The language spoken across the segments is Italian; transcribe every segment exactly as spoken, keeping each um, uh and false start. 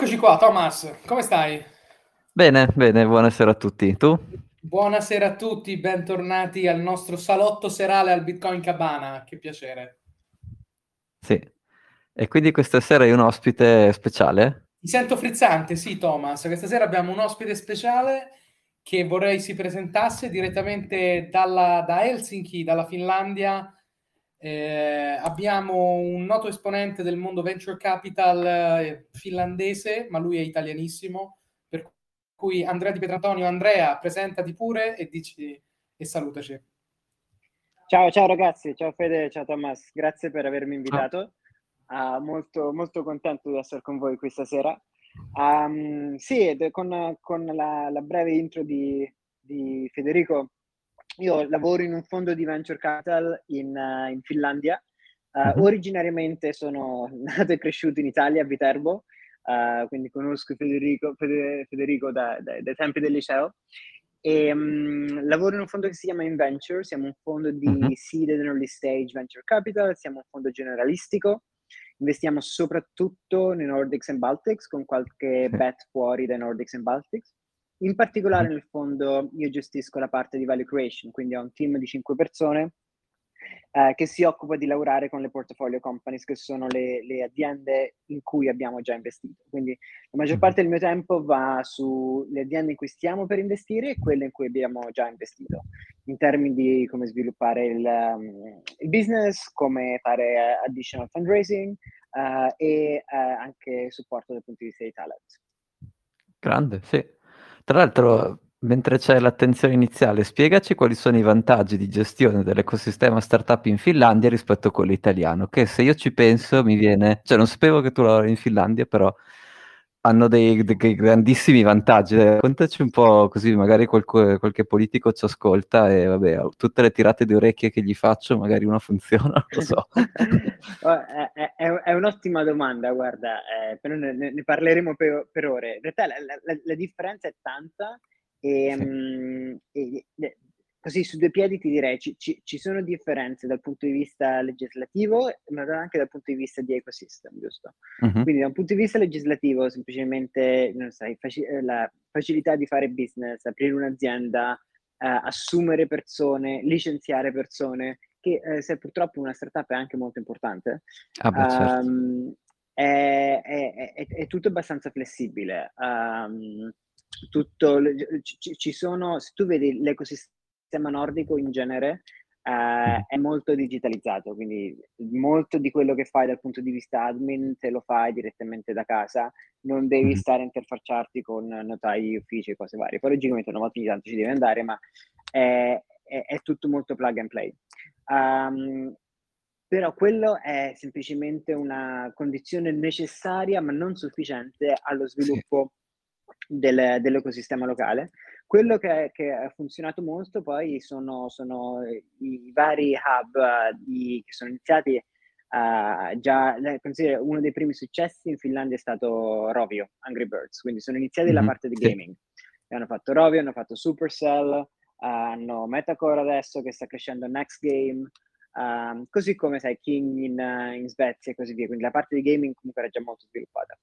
Eccoci qua, Thomas, come stai? Bene, bene, buonasera a tutti. Tu? Buonasera a tutti, bentornati al nostro salotto serale al Bitcoin Cabana, che piacere. Sì. E quindi questa sera hai un ospite speciale? Mi sento frizzante, sì, Thomas. Questa sera abbiamo un ospite speciale che vorrei si presentasse direttamente dalla, da Helsinki, dalla Finlandia. Eh, abbiamo un noto esponente del mondo venture capital eh, finlandese, ma lui è italianissimo, per cui Andrea Di Pietrantonio. Andrea, presentati pure e dici e salutaci. Ciao, ciao ragazzi, ciao Fede, ciao Thomas, grazie per avermi Ciao. invitato. Ah, molto, molto contento di essere con voi questa sera. Um, sì, ed con, con la, la breve intro di, di Federico, io lavoro in un fondo di venture capital in, uh, in Finlandia. Uh, Mhm. originariamente sono nato e cresciuto in Italia, a Viterbo, uh, quindi conosco Federico, Fede- Federico da- da- dai tempi del liceo. E, um, lavoro in un fondo che si chiama Inventure, siamo un fondo Mhm. di seed and early stage venture capital, siamo un fondo generalistico, investiamo soprattutto nei Nordics and Baltics, con qualche Sì. bet fuori dai Nordics and Baltics. In particolare Mhm. nel fondo io gestisco la parte di value creation, quindi ho un team di cinque persone eh, che si occupa di lavorare con le portfolio companies, che sono le, le aziende in cui abbiamo già investito. Quindi la maggior Mhm. parte del mio tempo va sulle aziende in cui stiamo per investire e quelle in cui abbiamo già investito, in termini di come sviluppare il, um, il business, come fare uh, additional fundraising uh, e uh, anche supporto dal punto di vista di talent. Grande, sì. Tra l'altro, mentre c'è l'attenzione iniziale, spiegaci quali sono i vantaggi di gestione dell'ecosistema startup in Finlandia rispetto a quello italiano, che se io ci penso mi viene, cioè non sapevo che tu lavori in Finlandia, però hanno dei, dei grandissimi vantaggi. Eh, Raccontaci un po' così, magari qualche, qualche politico ci ascolta e vabbè, tutte le tirate di orecchie che gli faccio, magari una funziona, non lo so. Oh, è, è- è un'ottima domanda, guarda, eh, però ne, ne- ne parleremo per, per ore. In realtà la, la- la- la differenza è tanta e, Sì. mm, e- e- così su due piedi ti direi ci, ci- ci sono differenze dal punto di vista legislativo, ma anche dal punto di vista di ecosystem, giusto? Mhm. Quindi da un punto di vista legislativo, semplicemente, non sai, faci- eh, la facilità di fare business, aprire un'azienda, eh, assumere persone, licenziare persone che eh, se purtroppo una startup è anche molto importante, Ah beh, certo. um, è, è- è- è tutto abbastanza flessibile. Um, tutto, ci, ci sono, se tu vedi l'ecosistema nordico in genere, Mhm. eh, è molto digitalizzato, quindi molto di quello che fai dal punto di vista admin te lo fai direttamente da casa, non devi Mhm. stare a interfacciarti con notai, uffici e cose varie. Poi logicamente una volta ogni tanto ci devi andare, ma è, è, è tutto molto plug and play. Um, però quello è semplicemente una condizione necessaria ma non sufficiente allo Sì. sviluppo del, dell'ecosistema locale. Quello che, che ha funzionato molto poi sono, sono i vari hub uh, di, che sono iniziati uh, già, considero uno dei primi successi in Finlandia è stato Rovio, Angry Birds, quindi sono iniziati la Mhm. parte di Sì. gaming. E hanno fatto Rovio, hanno fatto Supercell, hanno Metacore adesso che sta crescendo Next Game, um, così come sai King in, uh, in Svezia e così via, quindi la parte di gaming comunque era già molto sviluppata.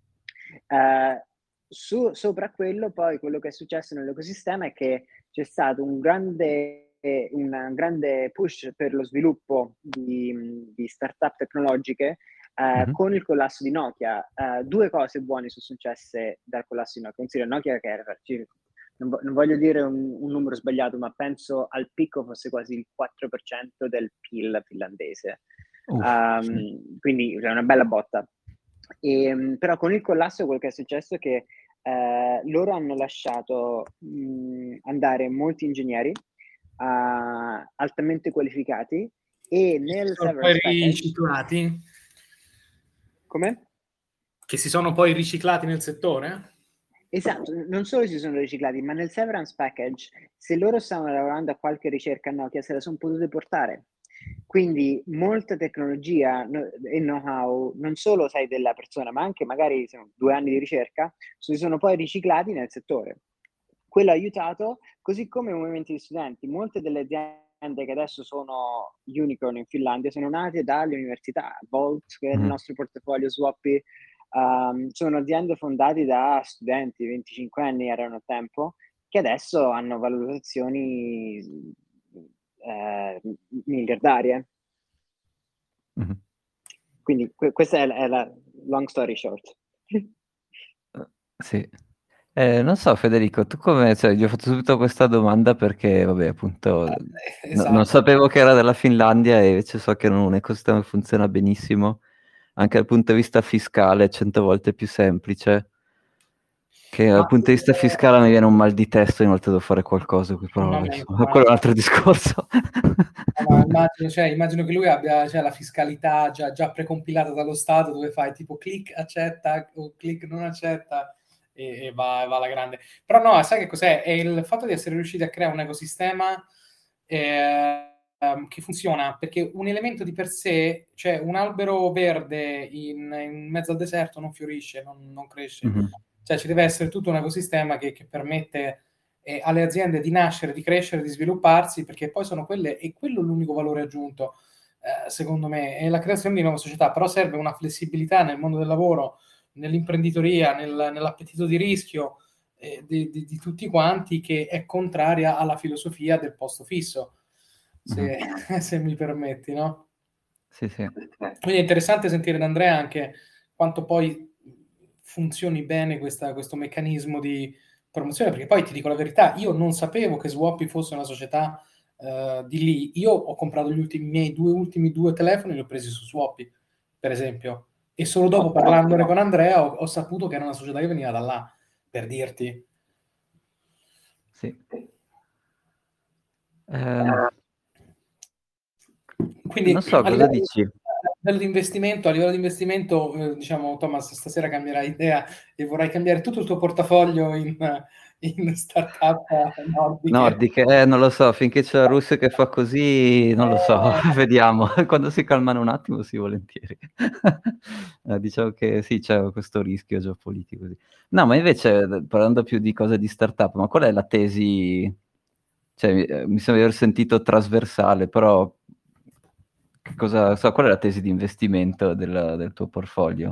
Uh, su, sopra quello poi quello che è successo nell'ecosistema è che c'è stato un grande, un grande push per lo sviluppo di, di startup tecnologiche uh, Mhm. con il collasso di Nokia. Uh, due cose buone sono successe dal collasso di Nokia. Considera Nokia che era non, vo- non voglio dire un, un numero sbagliato, ma penso al picco fosse quasi il quattro per cento del P I L finlandese. Uff, sì. Um, quindi è una bella botta. E, però con il collasso quello che è successo è che eh, loro hanno lasciato mh, andare molti ingegneri uh, altamente qualificati e Che si nel sono poi severance package, riciclati, come? che si sono poi riciclati nel settore? Esatto, non solo si sono riciclati, ma nel severance package, se loro stavano lavorando a qualche ricerca a Nokia, se la sono potute portare. Quindi molta tecnologia no- e know-how, non solo sai della persona, ma anche magari sono due anni di ricerca, si sono poi riciclati nel settore. Quello ha aiutato, così come i movimenti di studenti. Molte delle aziende che adesso sono unicorn in Finlandia sono nate dalle università, Volt, che è nel Mhm. nostro portafoglio, Swappy, Um, sono aziende fondate da studenti, venticinque anni erano a tempo, che adesso hanno valutazioni eh, miliardarie. Mm-hmm. Quindi que- questa è la, è la long story short. Sì. Eh, non so, Federico, tu come, cioè, gli ho fatto subito questa domanda perché, vabbè, appunto, Eh, no- esatto. non sapevo che era della Finlandia e invece so che è un ecosistema che funziona benissimo, anche dal punto di vista fiscale, è cento volte più semplice. Che dal Ma, punto di vista eh, fiscale mi viene un mal di testa ogni volta devo fare qualcosa qui, però ma, vabbè, ma- insomma, quello è un altro discorso. ma immagino, cioè, immagino che lui abbia, cioè, la fiscalità già, già precompilata dallo Stato, dove fai tipo click accetta o click non accetta e, e va, va alla grande. Però no, sai che cos'è? È il fatto di essere riusciti a creare un ecosistema eh, ehm, che funziona, perché un elemento di per sé, cioè un albero verde in, in mezzo al deserto non fiorisce, non, non cresce. Mhm. Cioè ci deve essere tutto un ecosistema che, che permette eh, alle aziende di nascere, di crescere, di svilupparsi, perché poi sono quelle, e quello è l'unico valore aggiunto, eh, secondo me, è la creazione di nuove società, però serve una flessibilità nel mondo del lavoro, nell'imprenditoria, nel, nell'appetito di rischio eh, di, di, di tutti quanti, che è contraria alla filosofia del posto fisso, se, Mhm. se mi permetti, no? Sì, sì. Quindi è interessante sentire da Andrea anche quanto poi funzioni bene questa, questo meccanismo di promozione, perché poi ti dico la verità, io non sapevo che Swappy fosse una società uh, di lì. Io ho comprato gli ultimi, i miei due ultimi due telefoni, li ho presi su Swappy, per esempio, e solo dopo, parlandone con Andrea, ho, ho saputo che era una società che veniva da là, per dirti. Sì. Eh, Quindi non so, a cosa livello, dici? a livello di investimento, a livello di investimento, eh, diciamo, Thomas, stasera cambierai idea e vorrai cambiare tutto il tuo portafoglio in, in startup nordiche. Nordiche, eh, non lo so, finché c'è la Russia che fa così, non lo so, Eh, vediamo. Quando si calmano un attimo, sì, volentieri. Eh, diciamo che sì, c'è questo rischio geopolitico. Sì. No, ma invece, eh, parlando più di cose di startup, ma qual è la tesi? Cioè, mi, eh, mi sembra di aver sentito trasversale, però che cosa, so, qual è la tesi di investimento del, del tuo portfolio?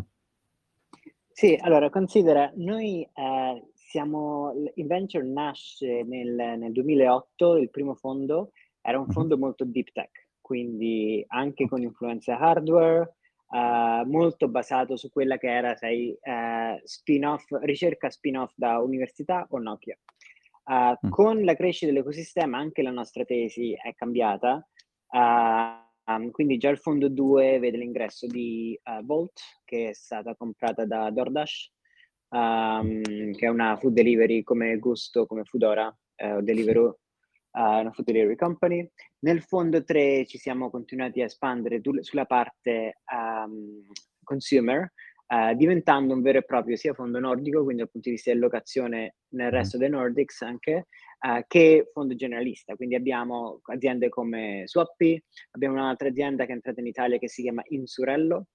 Sì, allora considera, noi eh, siamo, il venture nasce nel, nel duemilaotto, il primo fondo era un Mhm. fondo molto deep tech, quindi anche con influenze hardware, eh, molto basato su quella che era, sai, eh, spin-off, ricerca spin-off da università o Nokia. Eh, Mm. con la crescita dell'ecosistema anche la nostra tesi è cambiata. Uh, um, quindi già il fondo due vede l'ingresso di uh, Volt, che è stata comprata da DoorDash, um, che è una food delivery come Gusto, come Foodora, uh, Deliveroo, uh, una food delivery company. Nel fondo tre ci siamo continuati a espandere du- sulla parte um, consumer, uh, diventando un vero e proprio sia fondo nordico, quindi dal punto di vista di allocazione nel resto dei Nordics anche, Uh, che fondo generalista, quindi abbiamo aziende come Swappy, abbiamo un'altra azienda che è entrata in Italia che si chiama Insurello,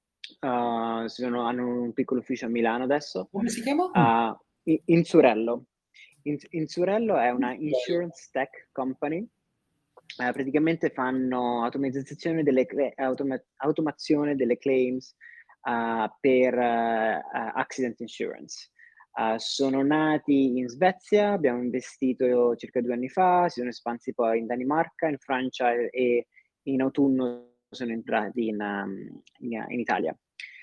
uh, sono, hanno un piccolo ufficio a Milano adesso, come si chiama? uh, Insurello. In, Insurello è una insurance tech company, uh, praticamente fanno automatizzazione delle, automa- automazione delle claims uh, per uh, accident insurance. Uh, sono nati in Svezia, abbiamo investito circa due anni fa, si sono espansi poi in Danimarca, in Francia e in autunno sono entrati in, um, in, in Italia.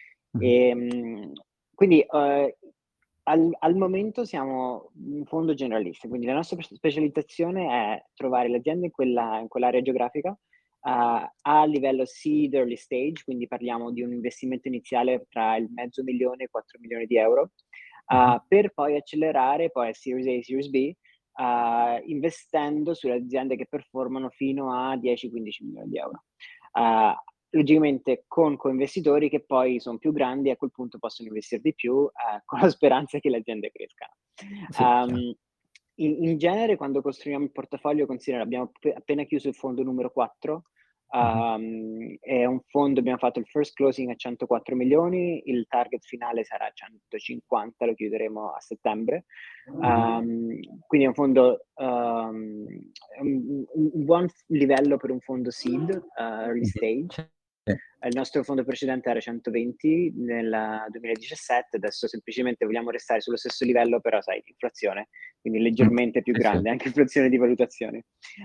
E, um, quindi uh, al, al momento siamo un fondo generalista, quindi la nostra specializzazione è trovare le aziende in, quella, in quell'area geografica uh, a livello seed early stage, quindi parliamo di un investimento iniziale tra il mezzo milione e quattro milioni di euro. Uh, per poi accelerare poi a Series A e Series B, uh, investendo sulle aziende che performano fino a dieci quindici milioni di euro. Uh, logicamente con coinvestitori che poi sono più grandi e a quel punto possono investire di più uh, con la speranza che le aziende crescano. Sì, Um, in, in genere quando costruiamo il portafoglio, considera, abbiamo appena chiuso il fondo numero quattro, Um, è un fondo, abbiamo fatto il first closing a centoquattro milioni, il target finale sarà centocinquanta, lo chiuderemo a settembre. Um, quindi è un fondo, um, un, un buon livello per un fondo seed, uh, early stage. Sì. Il nostro fondo precedente era centoventi nel duemiladiciassette, adesso semplicemente vogliamo restare sullo stesso livello, però sai, inflazione, quindi leggermente più Sì, sì. grande, anche inflazione di valutazione.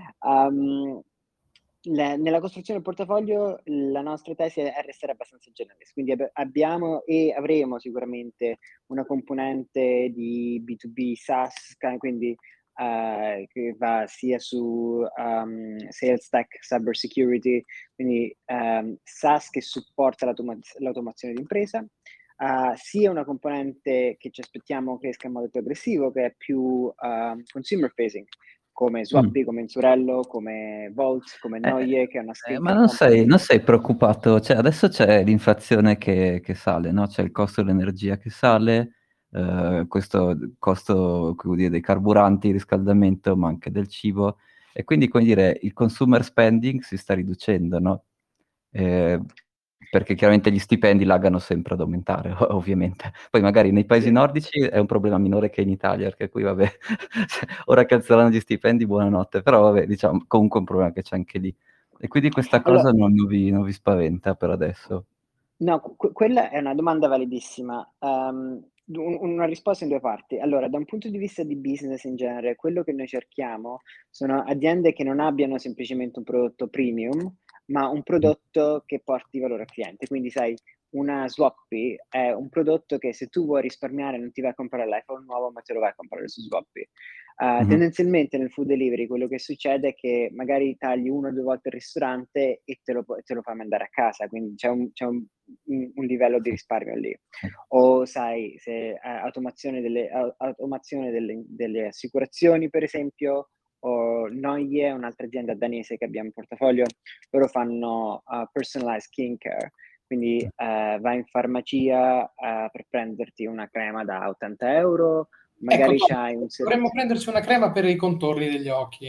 Um, le- nella costruzione del portafoglio la nostra tesi è restare abbastanza generalist, quindi ab- abbiamo e avremo sicuramente una componente di B due B SaaS, ca- quindi eh, che va sia su um, sales tech, cyber security, quindi um, SaaS che supporta l'automa- l'automazione di impresa, uh, sia una componente che ci aspettiamo cresca in modo più aggressivo, che è più uh, consumer facing, come Swappy, Mm. come Insurello, come Volt, come Eh, Noie, che è una eh, ma skincare non company. sei, non sei preoccupato? Cioè, adesso c'è l'inflazione che, che sale, no? C'è il costo dell'energia che sale, eh, questo costo, come dire, dei carburanti, riscaldamento, ma anche del cibo. E quindi, come dire, il consumer spending si sta riducendo, no? Eh, perché chiaramente gli stipendi laggano sempre ad aumentare, ov- ovviamente. Poi magari nei paesi Sì. nordici è un problema minore che in Italia, perché qui, vabbè, ora canzellano gli stipendi, buonanotte. Però, vabbè, diciamo, comunque è un problema che c'è anche lì. E quindi questa Allora, cosa non, non vi, non vi spaventa per adesso. no, que- quella è una domanda validissima. Um, un- una risposta in due parti. Allora, da un punto di vista di business in genere, quello che noi cerchiamo sono aziende che non abbiano semplicemente un prodotto premium, ma un prodotto che porti valore al cliente. Quindi, sai, una Swappy è un prodotto che se tu vuoi risparmiare non ti vai a comprare l'iPhone nuovo, ma te lo vai a comprare su Swappy. Uh, Mhm. tendenzialmente nel food delivery quello che succede è che magari tagli una o due volte il ristorante e te lo, te lo fai mandare a casa, quindi c'è un, c'è un, un, un livello di Sì, risparmio lì. sì. O sai, se eh, automazione, delle, automazione delle, delle assicurazioni, per esempio, o Noie, un'altra azienda danese che abbiamo in portafoglio, loro fanno uh, personalized skincare, quindi uh, vai in farmacia uh, per prenderti una crema da ottanta euro, Ecco, magari Tom, c'hai un dovremmo servizio. prenderci una crema per i contorni degli occhi,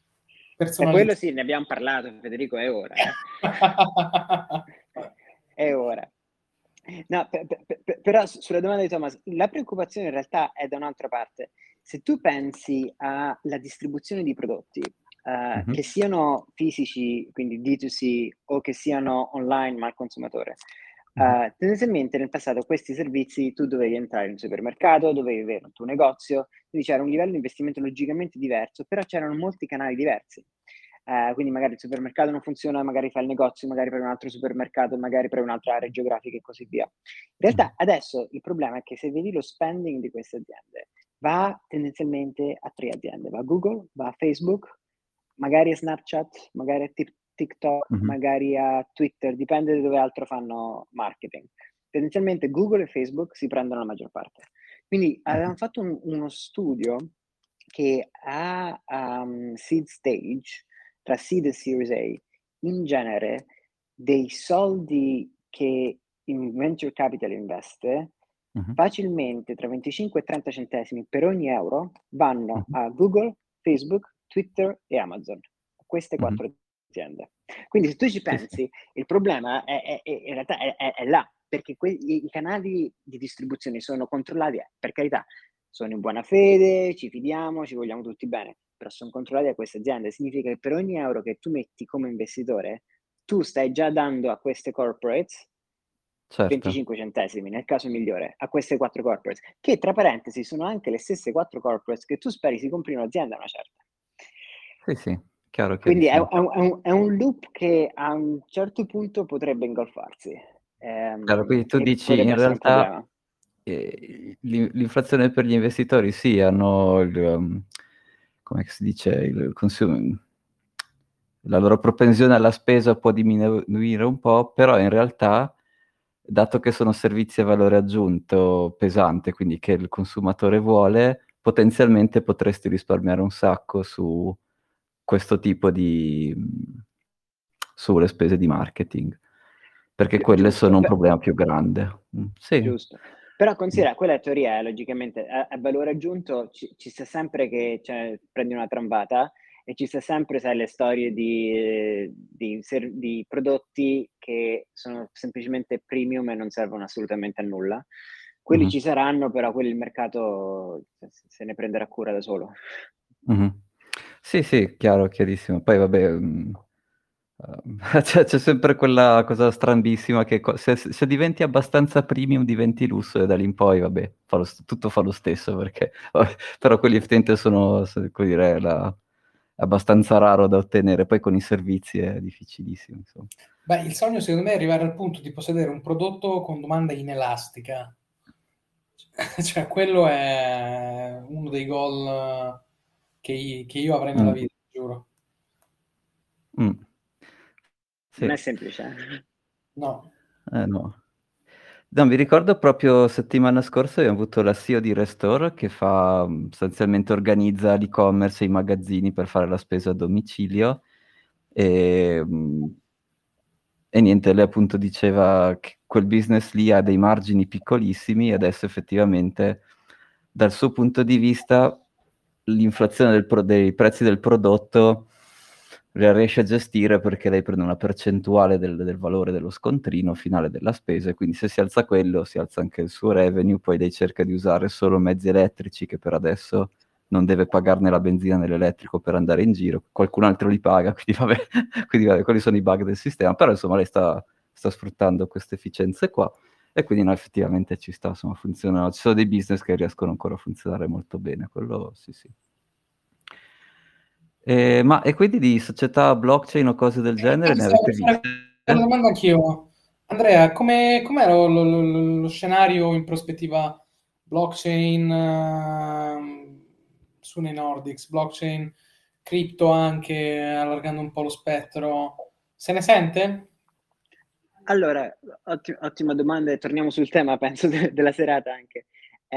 E quello personalizzata. sì, ne abbiamo parlato, Federico, è ora, eh. È ora. No, pe- pe- pe- però su- sulla domanda di Thomas, la preoccupazione in realtà è da un'altra parte. Se tu pensi alla distribuzione di prodotti, eh, Mhm. che siano fisici, quindi D due C, o che siano online ma al consumatore, Mhm. eh, tendenzialmente nel passato questi servizi tu dovevi entrare in un supermercato, dovevi avere un tuo negozio, quindi c'era un livello di investimento logicamente diverso, però c'erano molti canali diversi. Eh, quindi magari il supermercato non funziona, magari fa il negozio, magari per un altro supermercato, magari per un'altra area geografica e così via. In Mhm. realtà adesso il problema è che se vedi lo spending di queste aziende, va tendenzialmente a tre aziende, va a Google, va a Facebook, magari a Snapchat, magari a Tik- TikTok, Mhm. magari a Twitter, dipende da dove altro fanno marketing. Tendenzialmente Google e Facebook si prendono la maggior parte. Quindi avevamo fatto un- uno studio che a um, seed stage, tra seed e Series A, in genere dei soldi che il venture capital investe, Mhm. facilmente tra venticinque e trenta centesimi per ogni euro vanno Mhm. a Google, Facebook, Twitter e Amazon, queste Mhm. quattro aziende. Quindi se tu ci Sì, sì. pensi, il problema è, è- è- in realtà è, è- è là, perché que- i, i canali di distribuzione sono controllati, eh, per carità, sono in buona fede, ci fidiamo, ci vogliamo tutti bene, però sono controllati da queste aziende. Significa che per ogni euro che tu metti come investitore, tu stai già dando a queste corporates Certo. venticinque centesimi, nel caso migliore, a queste quattro corporates, che tra parentesi sono anche le stesse quattro corporates che tu speri si compri un'azienda una certa. Sì, sì, chiaro, Quindi è, chiarissimo. è un, è un- è un loop che a un certo punto potrebbe ingolfarsi, Chiaro, ehm, quindi tu e dici potrebbe in essere un realtà problema. eh, l'in- l'inflazione per gli investitori sì, hanno il, um, come si dice, il consum- la loro propensione alla spesa può diminuire un po', però in realtà, dato che sono servizi a valore aggiunto pesante, quindi che il consumatore vuole, potenzialmente potresti risparmiare un sacco su questo tipo di, sulle spese di marketing, perché Gi- quelle giusto, sono un beh, problema più grande. Mm, sì. giusto. Però Mm. considera, quella è teoria, eh, logicamente, a, a valore aggiunto ci, ci sta sempre che cioè, prendi una trambata e ci sta sempre, sai, le storie di, di ser- di prodotti che sono semplicemente premium e non servono assolutamente a nulla. Quelli Mhm. ci saranno, però quelli il mercato se, se ne prenderà cura da solo. Mhm. Sì, sì, chiaro, chiarissimo. Poi vabbè, mm, Uh, c'è, c'è sempre quella cosa strambissima che co- se, se diventi abbastanza premium diventi lusso e da lì in poi vabbè fa lo st- tutto fa lo stesso perché vabbè, però quelli effettivamente sono se- come dire, la- abbastanza raro da ottenere, poi con i servizi è difficilissimo insomma. Beh, il sogno secondo me è arrivare al punto di possedere un prodotto con domanda inelastica. Cioè, quello è uno dei goal che, che io avrei nella Mm. vita, giuro. Mm. Sì. Non è semplice. eh. No. Eh, no. No, mi ricordo proprio settimana scorsa abbiamo avuto la C E O di Restore che fa mh, sostanzialmente organizza l'e-commerce e i magazzini per fare la spesa a domicilio e, mh, e niente, lei appunto diceva che quel business lì ha dei margini piccolissimi e adesso effettivamente dal suo punto di vista l'inflazione del pro- dei prezzi del prodotto la riesce a gestire perché lei prende una percentuale del, del valore dello scontrino finale della spesa e quindi se si alza quello si alza anche il suo revenue, poi lei cerca di usare solo mezzi elettrici che per adesso non deve pagarne la benzina nell'elettrico per andare in giro, qualcun altro li paga, quindi vabbè, quindi vabbè, quelli sono i bug del sistema, però insomma lei sta, sta sfruttando queste efficienze qua e quindi no, effettivamente ci sta, insomma funzionano, ci sono dei business che riescono ancora a funzionare molto bene, quello sì sì. Eh, ma e quindi di società blockchain o cose del genere Infatti ne stavo avete per fare viste? una domanda anch'io. Andrea, come com'era lo, lo- lo- lo scenario in prospettiva blockchain ehm, su nei Nordics, blockchain, cripto anche, allargando un po' lo spettro? Se ne sente? Allora, otti- ottima domanda e torniamo sul tema, penso, de- della serata anche.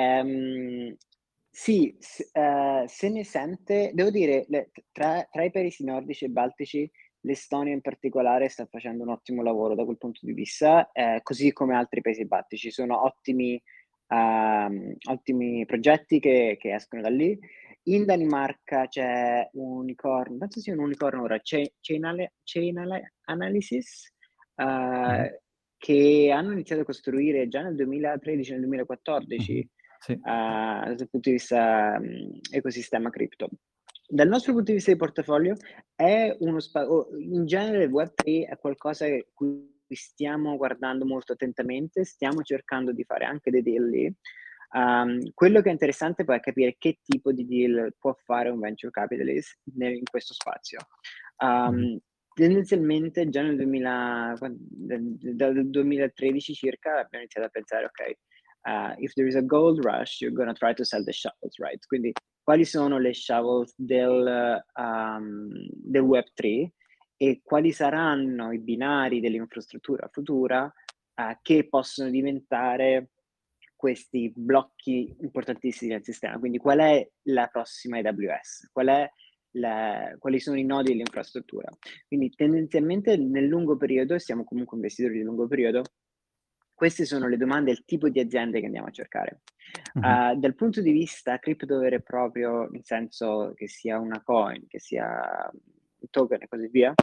Ehm, sì, s- eh, se ne sente, devo dire, le- tra, tra i paesi nordici e baltici, l'Estonia in particolare sta facendo un ottimo lavoro da quel punto di vista, eh, così come altri paesi baltici. Sono ottimi, ehm, ottimi progetti che, che escono da lì. In Danimarca c'è un unicorno, penso sia un unicorno ora, Chain, Chain Ale- Chain Ale- Analysis, Mhm, eh, che hanno iniziato a costruire già nel duemilatredici, nel mhm, duemilaquattordici, eh, sì. dal punto di vista mh, ecosistema cripto. Dal nostro punto di vista di portafoglio è uno spa- oh, in genere il web tre è qualcosa che cui stiamo guardando molto attentamente, stiamo cercando di fare anche dei deal lì. Um, quello che è interessante poi è capire che tipo di deal può fare un venture capitalist nel- in questo spazio. Mhm, Um, tendenzialmente già nel duemila, quan- dal dal duemilatredici circa abbiamo iniziato a pensare, ok, uh, if there is a gold rush, you're gonna try to sell the shovels, right? Quindi quali sono le shovels del, um, del web tre e quali saranno i binari dell'infrastruttura futura uh, che possono diventare questi blocchi importantissimi del sistema. Quindi qual è la prossima A W S? Qual è la, quali sono i nodi dell'infrastruttura? Quindi tendenzialmente nel lungo periodo, siamo comunque investitori di lungo periodo, queste sono le domande e il tipo di aziende che andiamo a cercare. mhm, Uh, dal punto di vista cripto vero e proprio, nel senso che sia una coin, che sia un token e così via,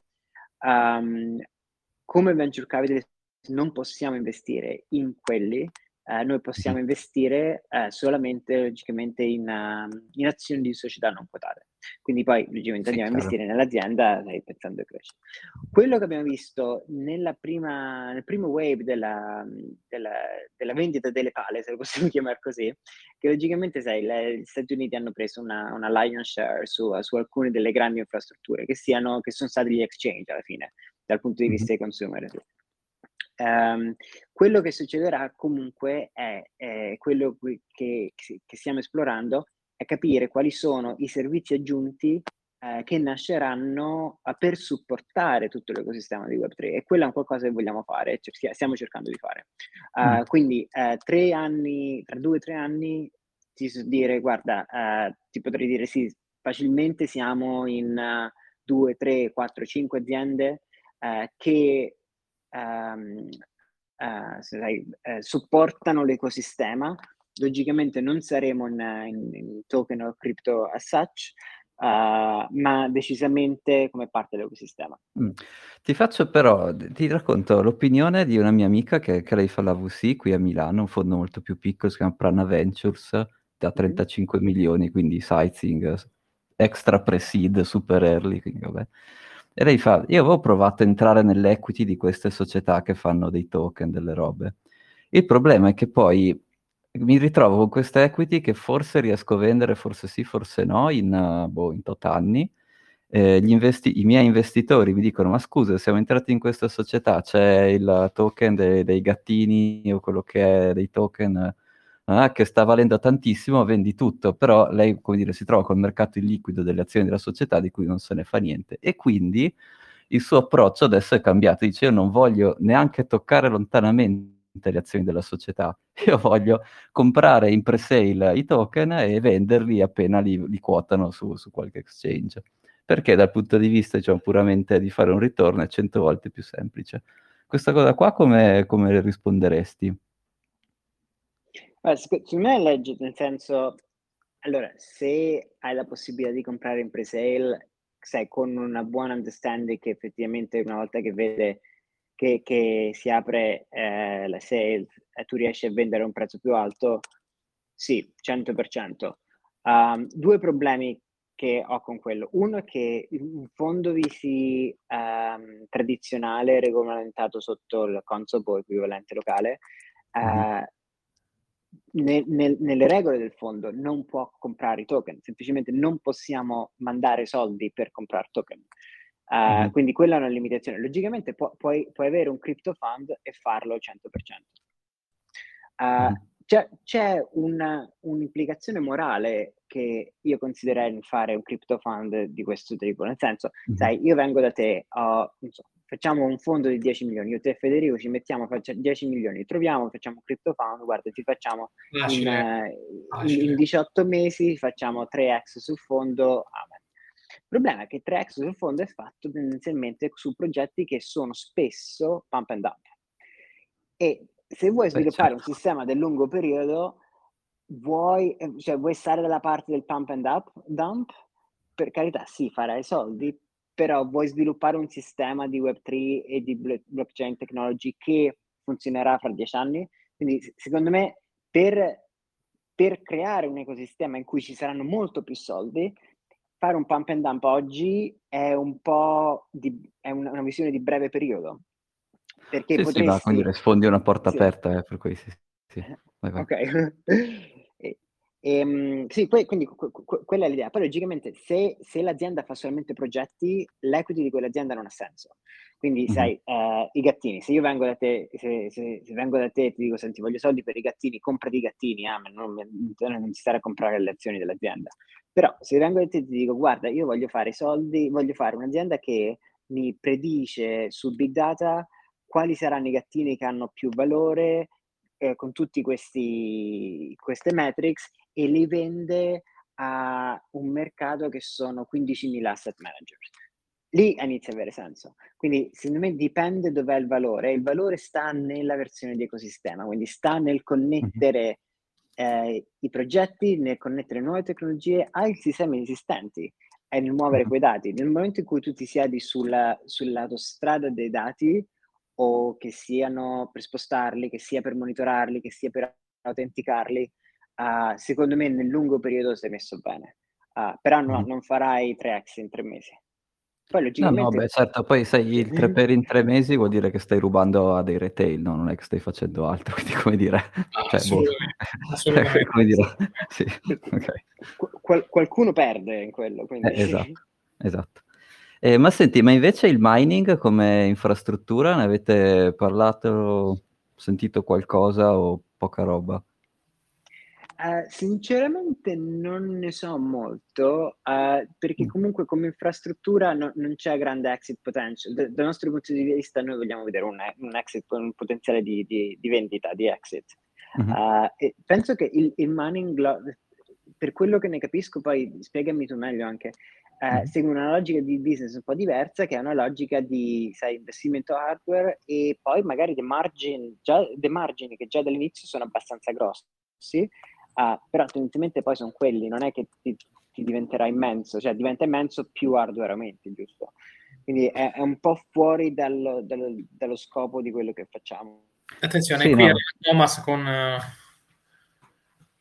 um, come venture capitalist non possiamo investire in quelli, eh, noi possiamo mhm. investire eh, solamente logicamente in, uh, in azioni di società non quotate. Quindi poi logicamente Sì, andiamo a chiaro. investire nell'azienda sai, pensando a crescere. Quello che abbiamo visto nella prima, nel primo wave della, della, della vendita delle pale, se lo possiamo chiamare così, che logicamente sai, le, gli Stati Uniti hanno preso una, una lion's share su, su alcune delle grandi infrastrutture che, siano, che sono stati gli exchange alla fine, dal punto di Mhm, vista dei consumer. Um, quello che succederà comunque è, è quello che, che stiamo esplorando, è capire quali sono i servizi aggiunti eh, che nasceranno uh, per supportare tutto l'ecosistema di web tre e quello è un qualcosa che vogliamo fare, cioè, stiamo cercando di fare. mm, Uh, quindi uh, tre anni, tra due o tre anni, ti so dire, guarda, uh, ti potrei dire sì, facilmente siamo in uh, due, tre, quattro, cinque aziende uh, che um, uh, sai, uh, supportano l'ecosistema. Logicamente non saremo in, in, in token o crypto as such, uh, ma decisamente come parte dell'ecosistema. mm. Ti faccio però, ti racconto l'opinione di una mia amica che, che lei fa la V C qui a Milano, un fondo molto più piccolo, si chiama Prana Ventures, da Mm-hmm. trentacinque milioni, quindi sizing, extra pre-seed, super early, quindi vabbè. E lei fa, io avevo provato a entrare nell'equity di queste società che fanno dei token, delle robe. Il problema è che poi mi ritrovo con queste equity che forse riesco a vendere, forse sì, forse no, in, uh, boh, in tot anni. Eh, gli investi- I miei investitori mi dicono, ma scusa, siamo entrati in questa società, c'è il token de- dei gattini o quello che è dei token eh, che sta valendo tantissimo, vendi tutto, però lei, come dire, si trova col mercato illiquido delle azioni della società di cui non se ne fa niente. E quindi il suo approccio adesso è cambiato, dice io non voglio neanche toccare lontanamente le azioni della società, io voglio comprare in pre-sale i token e venderli appena li, li quotano su, su qualche exchange, perché dal punto di vista diciamo, puramente di fare un ritorno è cento volte più semplice. Questa cosa qua come, come risponderesti? Allora, sec- secondo me è legge, nel senso, allora, se hai la possibilità di comprare in pre-sale, sai, con una buona understanding che effettivamente una volta che vede che, che si apre eh, la sale e tu riesci a vendere a un prezzo più alto, sì, cento per cento. Um, due problemi che ho con quello. Uno è che un fondo V C um, tradizionale regolamentato sotto il Consob equivalente locale, Mhm. uh, nel, nel, nelle regole del fondo non può comprare i token, semplicemente non possiamo mandare soldi per comprare token. Uh, Mhm. quindi quella è una limitazione. Logicamente pu- puoi, puoi avere un crypto fund e farlo al cento per cento. Uh, Mhm. c'è, c'è una, un'implicazione morale che io considererei nel fare un crypto fund di questo tipo, nel senso, Mhm. sai, io vengo da te, ho, non so, facciamo un fondo di dieci milioni, io te e Federico ci mettiamo, facciamo dieci milioni, troviamo, facciamo un crypto fund, guarda, ti facciamo in, Facile, in, in facile. diciotto mesi, facciamo tre x sul fondo, amen. Il problema è che tre x sul fondo è fatto tendenzialmente su progetti che sono spesso pump and dump. E se vuoi Beh, sviluppare un certo. sistema del lungo periodo, vuoi, cioè, vuoi stare dalla parte del pump and up, dump? Per carità, sì, farai soldi, però vuoi sviluppare un sistema di web tre e di blockchain technology che funzionerà fra dieci anni? Quindi, secondo me, per, per creare un ecosistema in cui ci saranno molto più soldi, fare un pump and dump oggi è un po' di, è una, una visione di breve periodo. Perché Sì, sì, va, come potresti... dire, sfondi una porta Sì. aperta, eh, per cui sì, sì. Vai, vai. Ok. E, ehm, sì, poi, quindi que- que- quella è l'idea. Poi logicamente se, se l'azienda fa solamente progetti, l'equity di quell'azienda non ha senso. Quindi Mhm. sai, eh, i gattini, se io vengo da te, se, se- se vengo da te e ti dico, senti, voglio soldi per i gattini, comprati i gattini, ah, ma non, non ti stare a comprare le azioni dell'azienda. Però se vengo da te e ti dico, guarda, io voglio fare soldi, voglio fare un'azienda che mi predice su big data quali saranno i gattini che hanno più valore, eh, con tutti questi queste metrics, e li vende a un mercato che sono quindicimila asset managers. Lì inizia a avere senso. Quindi secondo me dipende dov'è il valore. Il valore sta nella versione di ecosistema, quindi sta nel Mhm. connettere eh, i progetti, nel connettere nuove tecnologie ai sistemi esistenti e nel muovere Mhm. quei dati. Nel momento in cui tu ti siedi sulla, sull'autostrada dei dati, o che siano per spostarli, che sia per monitorarli, che sia per autenticarli, uh, secondo me nel lungo periodo sei messo bene. Uh, però no, Mhm. non farai tre x in tre mesi. Poi No, no, beh, logicamente... certo, poi sai, il tre per in tre mesi vuol dire che stai rubando a dei retail, no? Non è che stai facendo altro, quindi come dire, Ah, cioè, boh, assolutamente, assolutamente, come dire, assolutamente. sì, ok. Qual- qualcuno perde in quello, Eh, quindi esatto, esatto. Eh, ma senti, ma invece il mining come infrastruttura, ne avete parlato, sentito qualcosa o poca roba? Uh, sinceramente non ne so molto, uh, perché Mm. comunque come infrastruttura no, non c'è grande exit potential. Da- dal nostro punto di vista noi vogliamo vedere un, un exit, un potenziale di, di, di vendita, di exit. Mhm. Uh, e penso che il, il mining, lo- per quello che ne capisco, poi spiegami tu meglio anche, uh, Mhm. segue una logica di business un po' diversa, che è una logica di, sai, investimento hardware e poi magari dei margini, già, dei margini che già dall'inizio sono abbastanza grossi. Uh, però tendenzialmente poi sono quelli, non è che ti, ti diventerà immenso, cioè diventa immenso più hardware aumenti, giusto? Quindi è, è un po' fuori dal, dal, dallo scopo di quello che facciamo. Attenzione, Sì, qui no. arriva Thomas con, eh,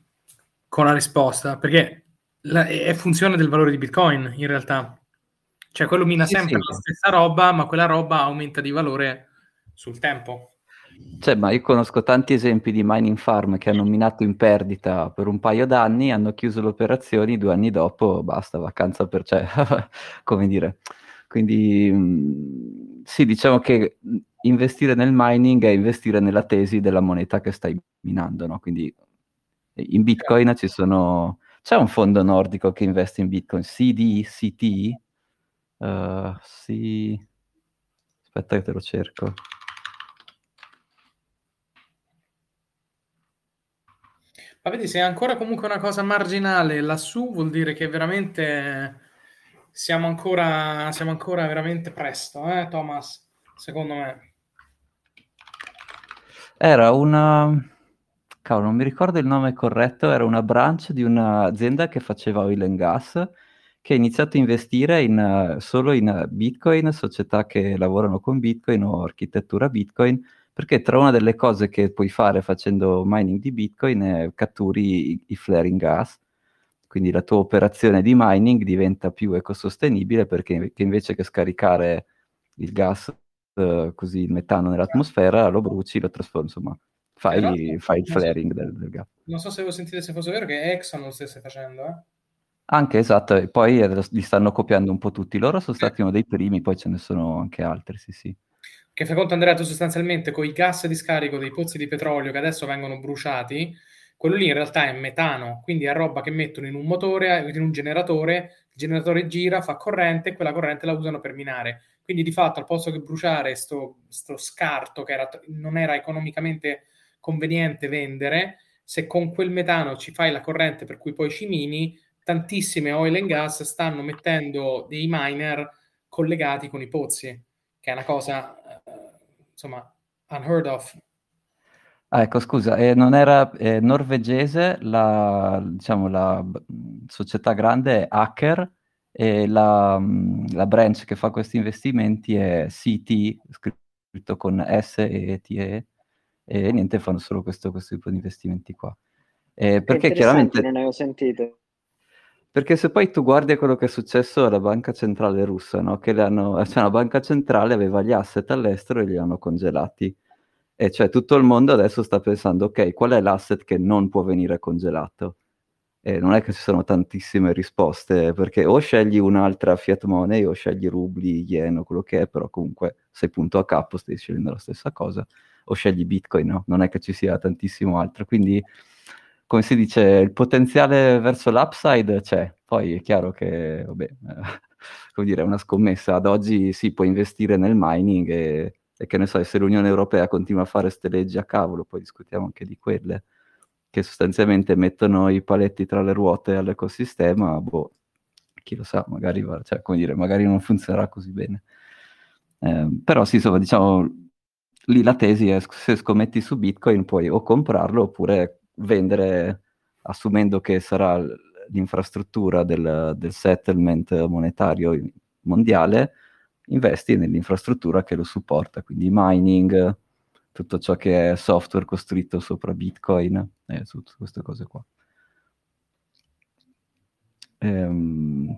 con la risposta, perché la, è funzione del valore di Bitcoin in realtà. Cioè quello mina Sì, sempre sì. la stessa roba, ma quella roba aumenta di valore sul tempo. Cioè, ma io conosco tanti esempi di mining farm che hanno minato in perdita per un paio d'anni, hanno chiuso le operazioni, due anni dopo, basta, vacanza per cioè, come dire. Quindi, mh, sì, diciamo che mh, investire nel mining è investire nella tesi della moneta che stai minando, no? Quindi in Bitcoin ci sono... C'è un fondo nordico che investe in Bitcoin, C D, C T? Uh, sì... Aspetta che te lo cerco. Ma vedi, se è ancora comunque una cosa marginale lassù, vuol dire che veramente siamo ancora, siamo ancora veramente presto, eh, Thomas? Secondo me. Era una... Cavolo, non mi ricordo il nome corretto, era una branch di un'azienda che faceva oil and gas, che ha iniziato a investire in, eh, solo in eh, Bitcoin, società che lavorano con Bitcoin o architettura Bitcoin, perché tra una delle cose che puoi fare facendo mining di Bitcoin è catturi i, i flaring gas. Quindi la tua operazione di mining diventa più ecosostenibile perché che invece che scaricare il gas, eh, così il metano nell'atmosfera, lo bruci, lo trasformi, insomma, Tra fai, l'altro, fai il non so, flaring del, del gas. non so se voi sentite se fosse vero che Exxon lo stesse facendo, eh? Anche esatto, e poi eh, li stanno copiando un po' tutti. Loro sono Sì. stati uno dei primi, poi ce ne sono anche altri, sì, sì. Che fai conto, Andrea, tu sostanzialmente con i gas di scarico dei pozzi di petrolio che adesso vengono bruciati, quello lì in realtà è metano, quindi è roba che mettono in un motore, in un generatore, il generatore gira, fa corrente e quella corrente la usano per minare. Quindi di fatto al posto che bruciare sto, sto scarto che era, non era economicamente conveniente vendere, se con quel metano ci fai la corrente per cui poi ci mini, tantissime oil and gas stanno mettendo dei miner collegati con i pozzi, che è una cosa, eh, insomma, unheard of. Ah, ecco, scusa, eh, non era eh, norvegese, la, diciamo, la mh, società grande è Aker e la, mh, la branch che fa questi investimenti è C T, scritto con S e T E, e niente, fanno solo questo, questo tipo di investimenti qua. Eh, Che perché interessante, chiaramente, non avevo sentito. perché se poi tu guardi a quello che è successo alla banca centrale russa, no? Che le hanno, cioè la banca centrale aveva gli asset all'estero e li hanno congelati. E cioè tutto il mondo adesso sta pensando, ok, qual è l'asset che non può venire congelato? E non è che ci sono tantissime risposte, perché o scegli un'altra fiat money o scegli rubli, yen o quello che è, però comunque sei punto a capo, stai scegliendo la stessa cosa, o scegli Bitcoin, no? Non è che ci sia tantissimo altro, quindi come si dice, il potenziale verso l'upside c'è, poi è chiaro che, vabbè, eh, come dire, è una scommessa, ad oggi si può investire nel mining e, e che ne so, se l'Unione Europea continua a fare queste leggi a cavolo, poi discutiamo anche di quelle che sostanzialmente mettono i paletti tra le ruote all'ecosistema, boh, chi lo sa, magari, va- cioè, come dire, magari non funzionerà così bene. Eh, però sì, insomma, diciamo, lì la tesi è se scommetti su Bitcoin puoi o comprarlo oppure vendere, assumendo che sarà l- l'infrastruttura del, del settlement monetario mondiale, investi nell'infrastruttura che lo supporta, quindi mining, tutto ciò che è software costruito sopra Bitcoin e su tutte queste cose qua. Ehm,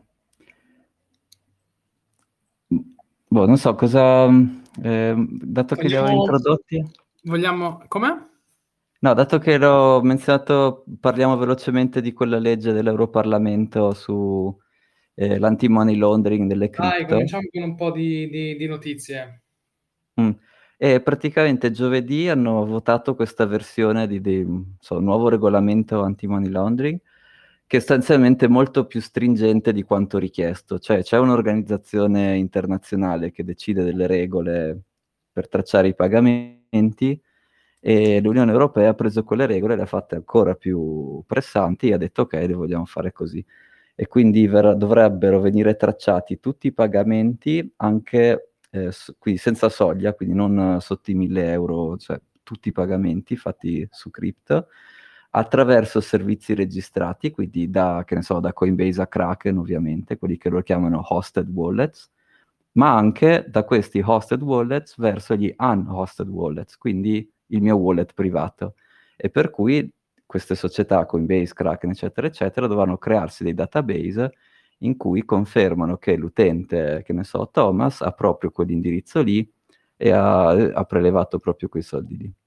boh, non so cosa, ehm, dato che li avevo Vogliamo, introdotti, vogliamo, com'è? no, dato che l'ho menzionato, parliamo velocemente di quella legge dell'Europarlamento su eh, l'anti-money laundering delle Dai, cripto. cominciamo con un po' di, di- di notizie. Mm. E praticamente giovedì hanno votato questa versione di, di, so, nuovo regolamento anti-money laundering che è sostanzialmente molto più stringente di quanto richiesto. Cioè c'è un'organizzazione internazionale che decide delle regole per tracciare i pagamenti e l'Unione Europea ha preso quelle regole e le ha fatte ancora più pressanti e ha detto ok, le vogliamo fare così. E quindi verrà- dovrebbero venire tracciati tutti i pagamenti anche eh, s- quindi senza soglia, quindi non eh, sotto i mille euro, cioè tutti i pagamenti fatti su crypto, attraverso servizi registrati, quindi da, che ne so, da Coinbase a Kraken ovviamente, quelli che lo chiamano hosted wallets, ma anche da questi hosted wallets verso gli unhosted wallets, quindi il mio wallet privato. E per cui queste società, Coinbase, Kraken, eccetera, eccetera, dovranno crearsi dei database in cui confermano che l'utente, che ne so, Thomas, ha proprio quell'indirizzo lì e ha, ha prelevato proprio quei soldi lì.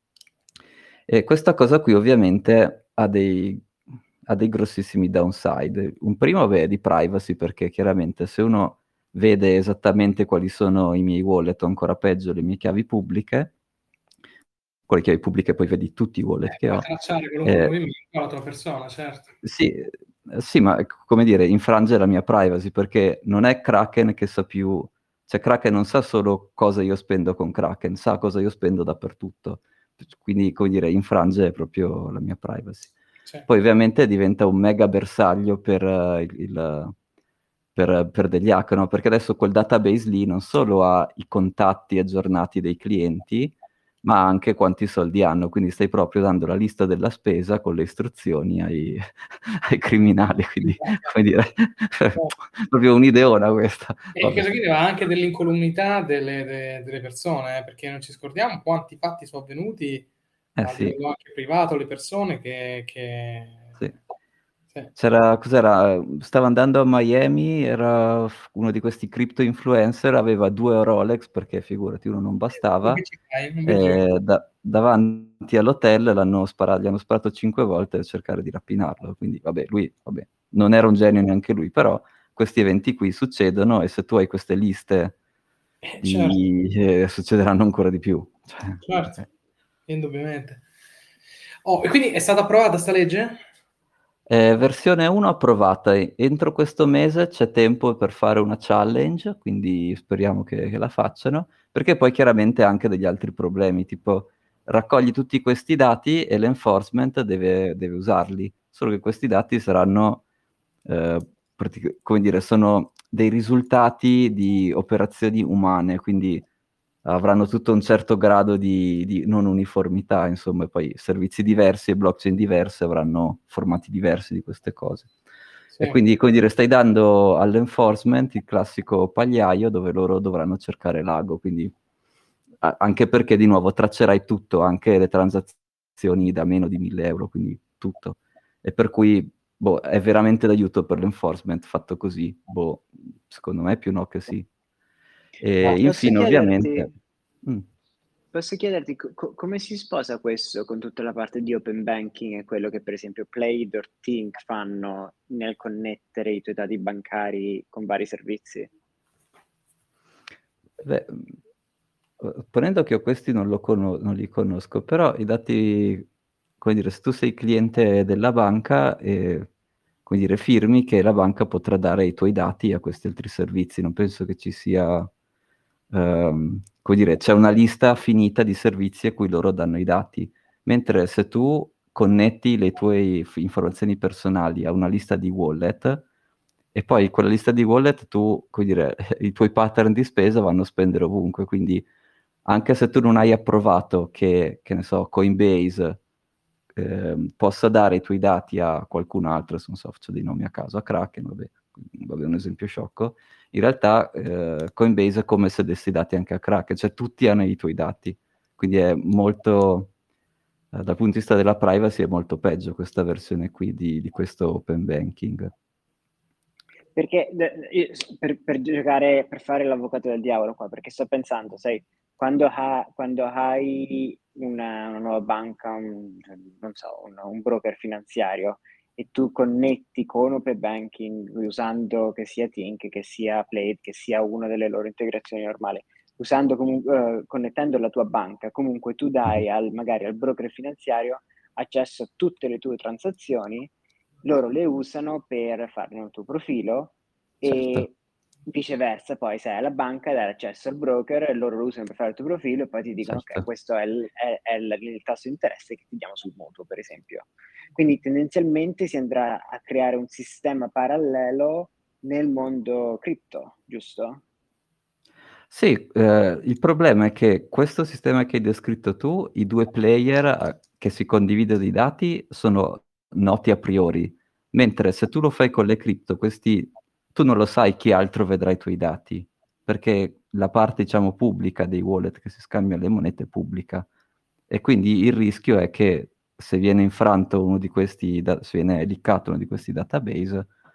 E questa cosa qui ovviamente ha dei, ha dei grossissimi downside. Un primo, beh, è di privacy, perché chiaramente se uno vede esattamente quali sono i miei wallet, o ancora peggio le mie chiavi pubbliche, con le chiavi pubbliche poi vedi tutti i wallet Eh, che puoi ho. tracciare qualunque Eh, movimento alla tua persona, certo. sì, eh, sì, ma ecco, come dire, infrange la mia privacy, perché non è Kraken che sa più, cioè Kraken non sa solo cosa io spendo con Kraken, sa cosa io spendo dappertutto, quindi, come dire, infrange proprio la mia privacy. Sì. Poi ovviamente diventa un mega bersaglio per, uh, il, il, per, per degli hacker, no? Perché adesso quel database lì non solo ha i contatti aggiornati dei clienti, ma anche quanti soldi hanno, quindi stai proprio dando la lista della spesa con le istruzioni ai, ai criminali, quindi, come dire, proprio un'ideona questa. E in questo caso va anche dell'incolumità delle, de, delle persone, eh, perché non ci scordiamo quanti fatti sono avvenuti eh, a sì. livello anche privato, le persone che... che... Sì. Sì. C'era, cos'era? Stava andando a Miami, era uno di questi crypto influencer, aveva due Rolex, perché figurati, uno non bastava, e da, davanti all'hotel l'hanno sparato, gli hanno sparato cinque volte per cercare di rapinarlo, quindi vabbè, lui vabbè, non era un genio neanche lui, però questi eventi qui succedono e se tu hai queste liste, Eh, di, certo. eh, succederanno ancora di più. Cioè, Certo, eh. indubbiamente. Oh, e quindi è stata approvata sta legge? Eh, versione uno approvata, entro questo mese c'è tempo per fare una challenge, quindi speriamo che, che la facciano, perché poi chiaramente ha anche degli altri problemi, tipo raccogli tutti questi dati e l'enforcement deve, deve usarli, solo che questi dati saranno, eh, pratic- come dire, sono dei risultati di operazioni umane, quindi avranno tutto un certo grado di, di non uniformità, insomma, e poi servizi diversi e blockchain diverse avranno formati diversi di queste cose. Sì. E quindi, come dire, stai dando all'enforcement il classico pagliaio dove loro dovranno cercare l'ago, quindi a- anche perché di nuovo traccerai tutto, anche le transazioni da meno di mille euro, quindi tutto. E per cui boh, è veramente d'aiuto per l'enforcement fatto così, boh, secondo me più no che sì. E Posso infine, chiederti, ovviamente... Mm. posso chiederti co- co- come si sposa questo con tutta la parte di open banking e quello che per esempio Plaid o Tink fanno nel connettere i tuoi dati bancari con vari servizi? Beh, ponendo che io questi non, lo cono- non li conosco, però i dati, come dire, se tu sei cliente della banca, e, come dire, firmi che la banca potrà dare i tuoi dati a questi altri servizi, non penso che ci sia, ehm, come dire, c'è una lista finita di servizi a cui loro danno i dati, mentre se tu connetti le tue f- informazioni personali a una lista di wallet, e poi quella lista di wallet tu, come dire, i tuoi pattern di spesa vanno a spendere ovunque, quindi anche se tu non hai approvato che, che ne so, Coinbase ehm, possa dare i tuoi dati a qualcun altro, se non so, faccio dei nomi a caso, a Kraken, vabbè, vabbè un esempio sciocco, in realtà eh, Coinbase è come se dessi i dati anche a Kraken, cioè tutti hanno i tuoi dati, quindi è molto, eh, dal punto di vista della privacy è molto peggio questa versione qui di, di questo open banking. Perché de- io- per, per giocare, per fare l'avvocato del diavolo qua, perché sto pensando, sai, quando, ha- quando hai una, una nuova banca, un, non so, un, un broker finanziario e tu connetti con open banking usando che sia Tink, che sia Plaid, che sia una delle loro integrazioni normali, usando comunque, eh, connettendo la tua banca, comunque tu dai al, magari al broker finanziario accesso a tutte le tue transazioni, loro le usano per fare il tuo profilo Certo. e viceversa, poi sei alla banca, dai accesso al broker e loro lo usano per fare il tuo profilo e poi ti dicono Certo. ok, questo è il, è, è il, il tasso di interesse che ti diamo sul mutuo, per esempio. Quindi tendenzialmente si andrà a creare un sistema parallelo nel mondo cripto, giusto? Sì, eh, il problema è che questo sistema che hai descritto tu, i due player eh, che si condividono i dati sono noti a priori, mentre se tu lo fai con le cripto, questi, tu non lo sai chi altro vedrà i tuoi dati, perché la parte, diciamo, pubblica dei wallet che si scambiano le monete è pubblica. E quindi il rischio è che se viene infranto uno di questi, da- se viene liccato uno di questi database,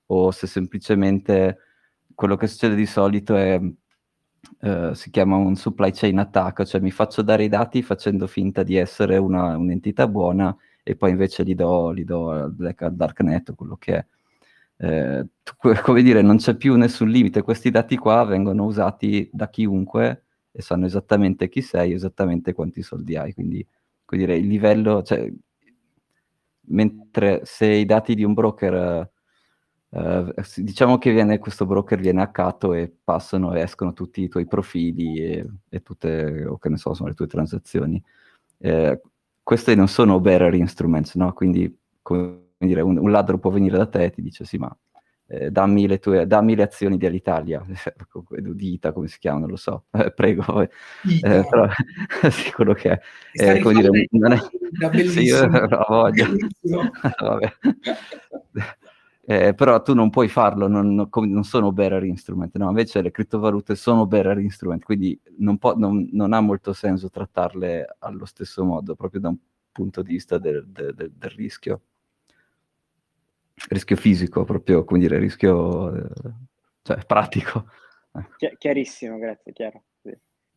o se semplicemente quello che succede di solito è Uh, si chiama un supply chain attack, cioè mi faccio dare i dati facendo finta di essere una, un'entità buona e poi invece li do, li do al, black, al darknet o quello che è. Eh, come dire, non c'è più nessun limite, questi dati qua vengono usati da chiunque e sanno esattamente chi sei, esattamente quanti soldi hai, quindi come dire, il livello, cioè, mentre se i dati di un broker... Uh, diciamo che viene, questo broker viene hackato e passano e escono tutti i tuoi profili e, e tutte, o che ne so, sono le tue transazioni. Eh, questi non sono bearer instruments, no? Quindi, come dire, un, un ladro può venire da te e ti dice sì, ma eh, dammi, le tue, dammi le azioni di Alitalia, di Ita, come si chiama, non lo so, eh, prego. Eh, però, sì, quello che è. Eh, come dire, non è... sì, io ho voglia. Vabbè. Eh, però tu non puoi farlo, non, non, non sono bearer instrument, no? Invece le criptovalute sono bearer instrument, quindi non, po- non, non ha molto senso trattarle allo stesso modo, proprio da un punto di vista del, del, del, del rischio. Rischio fisico, proprio, come dire, rischio eh, cioè pratico. Chi- chiarissimo, grazie, chiaro. Sì.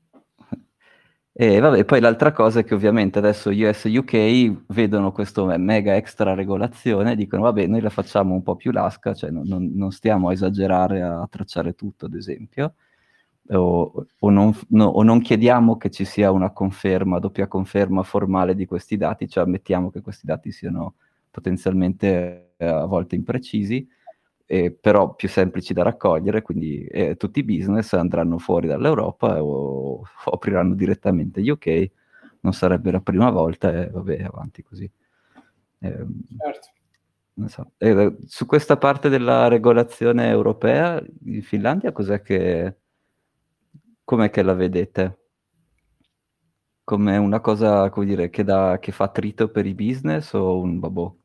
E vabbè, poi l'altra cosa è che ovviamente adesso U S e U K vedono questo mega extra regolazione e dicono vabbè, noi la facciamo un po' più lasca, cioè non, non, non stiamo a esagerare a tracciare tutto, ad esempio, o, o, non, no, o non chiediamo che ci sia una conferma, doppia conferma formale di questi dati, cioè ammettiamo che questi dati siano potenzialmente eh, a volte imprecisi, eh, però più semplici da raccogliere, quindi eh, tutti i business andranno fuori dall'Europa o, o apriranno direttamente U K, non sarebbe la prima volta e vabbè, avanti così. Eh, certo. Non so. Eh, su questa parte della regolazione europea in Finlandia cos'è che... com'è che la vedete? Come una cosa, come dire, che, da, che fa attrito per i business o un babò?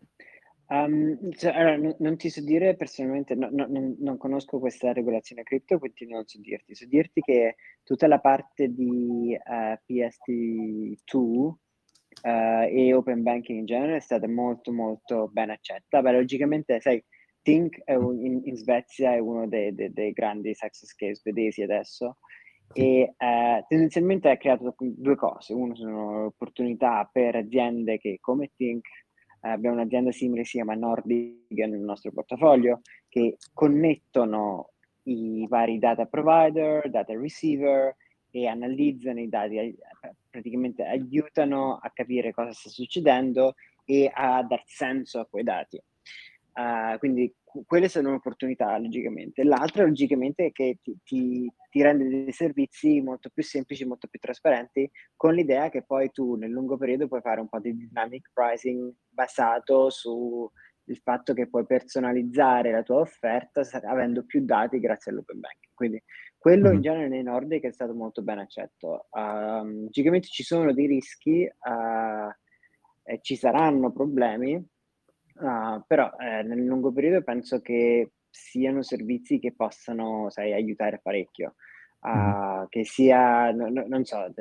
Um, cioè, allora, non, non ti so dire personalmente, no, no, non, non conosco questa regolazione cripto, quindi non so dirti. So dirti che tutta la parte di uh, P S T due uh, e open banking in genere è stata molto molto ben accetta. Beh, logicamente, sai, Tink è un, in, in Svezia è uno dei, dei, dei grandi success case svedesi adesso. Sì. E uh, tendenzialmente ha creato due cose. Uno sono opportunità per aziende che come Tink, Uh, abbiamo un'azienda simile, si chiama Nordic nel nostro portafoglio, che connettono i vari data provider, data receiver e analizzano i dati, eh, praticamente aiutano a capire cosa sta succedendo e a dar senso a quei dati. Uh, quindi quelle sono un'opportunità logicamente. L'altra logicamente è che ti, ti, ti rende dei servizi molto più semplici, molto più trasparenti, con l'idea che poi tu nel lungo periodo puoi fare un po' di dynamic pricing basato sul fatto che puoi personalizzare la tua offerta avendo più dati grazie all'open banking. Quindi quello mm-hmm. in genere nei Nordic è stato molto ben accetto. Uh, logicamente ci sono dei rischi uh, e ci saranno problemi. Uh, però eh, nel lungo periodo penso che siano servizi che possano, sai, aiutare parecchio. Uh, mm-hmm. Che sia, no, no, non so,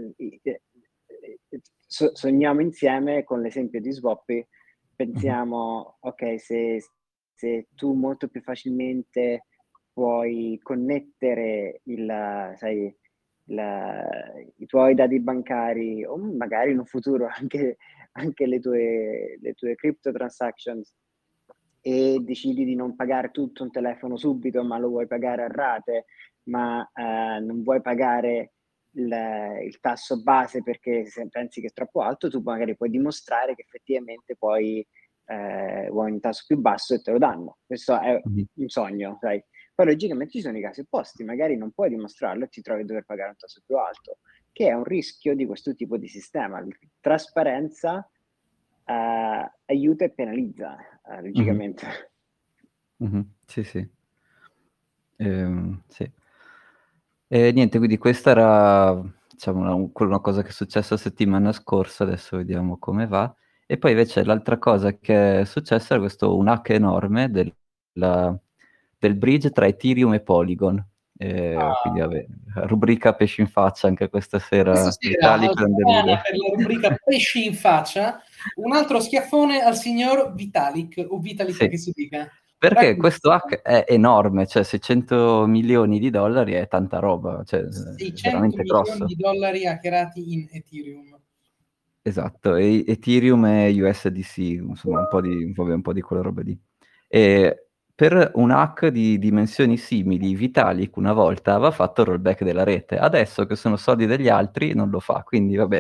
so, sogniamo insieme con l'esempio di Swappy, pensiamo, mm-hmm. ok, se, se tu molto più facilmente puoi connettere il, sai, la, i tuoi dati bancari o magari in un futuro anche anche le tue, le tue crypto transactions e decidi di non pagare tutto un telefono subito, ma lo vuoi pagare a rate, ma eh, non vuoi pagare il, il tasso base perché se pensi che è troppo alto, tu magari puoi dimostrare che effettivamente poi eh, vuoi un tasso più basso e te lo danno. Questo è un sogno, sai. Poi logicamente ci sono i casi opposti, magari non puoi dimostrarlo e ti trovi a dover pagare un tasso più alto, che è un rischio di questo tipo di sistema. Trasparenza uh, aiuta e penalizza, uh, logicamente. Mm-hmm. Mm-hmm. Sì, sì. Ehm, sì. E niente, quindi questa era, diciamo, una, una cosa che è successa la settimana scorsa, adesso vediamo come va. E poi invece l'altra cosa che è successa è questo un hack enorme del, la, del bridge tra Ethereum e Polygon. E ah. Quindi vabbè, rubrica pesci in faccia anche questa sera. Questa sera al Spana, per la rubrica pesci in faccia, un altro schiaffone al signor Vitalik, o Vitalik sì. che si dica. Perché Ecco, questo hack è enorme, cioè seicento milioni di dollari è tanta roba, cioè è seicento veramente milioni grosso. di dollari hackerati in Ethereum. Esatto, e Ethereum e U S D C, insomma un po' di, un po', un po' di quelle robe lì. E per un hack di dimensioni simili, Vitalik una volta aveva fatto il rollback della rete, adesso che sono soldi degli altri non lo fa, quindi vabbè.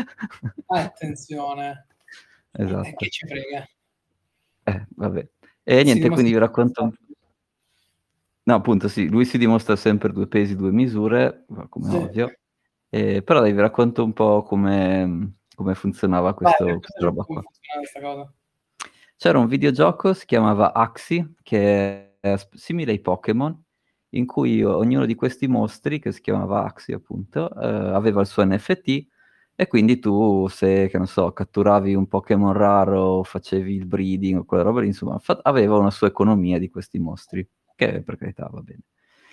Attenzione. Eh, Esatto. che ci frega. Eh, vabbè. E Si niente, quindi vi dimostra- racconto un... No, appunto sì, lui si dimostra sempre due pesi, due misure, come Sì. ovvio. Eh, però dai, vi racconto un po' come, come funzionava Vai, questo, raccontaci questa roba come qua. funziona questa cosa. C'era un videogioco, si chiamava Axie, che è sp- simile ai Pokémon, in cui ognuno di questi mostri, che si chiamava Axie appunto, eh, aveva il suo N F T, e quindi tu, se, che non so, catturavi un Pokémon raro, facevi il breeding o quella roba lì, insomma, fa- aveva una sua economia di questi mostri, che per carità va bene.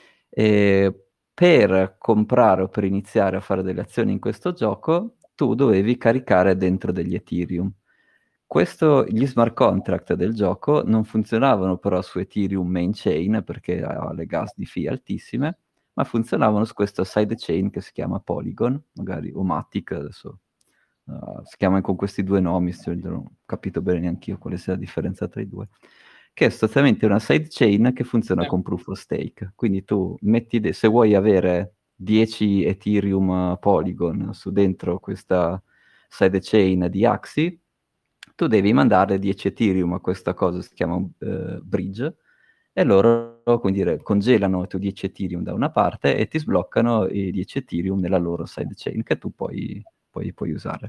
E per comprare o per iniziare a fare delle azioni in questo gioco, tu dovevi caricare dentro degli Ethereum. Questo, gli smart contract del gioco non funzionavano però su Ethereum main chain perché ha le gas di fee altissime, ma funzionavano su questo sidechain che si chiama Polygon, magari o Matic, adesso uh, si chiamano con questi due nomi, non ho capito bene neanche io quale sia la differenza tra i due, che è sostanzialmente una sidechain che funziona Sì. con proof of stake. Quindi tu metti, de- se vuoi avere dieci Ethereum uh, Polygon su dentro questa sidechain di Axie, tu devi mandare dieci Ethereum a questa cosa, si chiama un uh, bridge, e loro, come dire, congelano i tuoi dieci Ethereum da una parte e ti sbloccano i dieci Ethereum nella loro sidechain che tu puoi, puoi, puoi usare.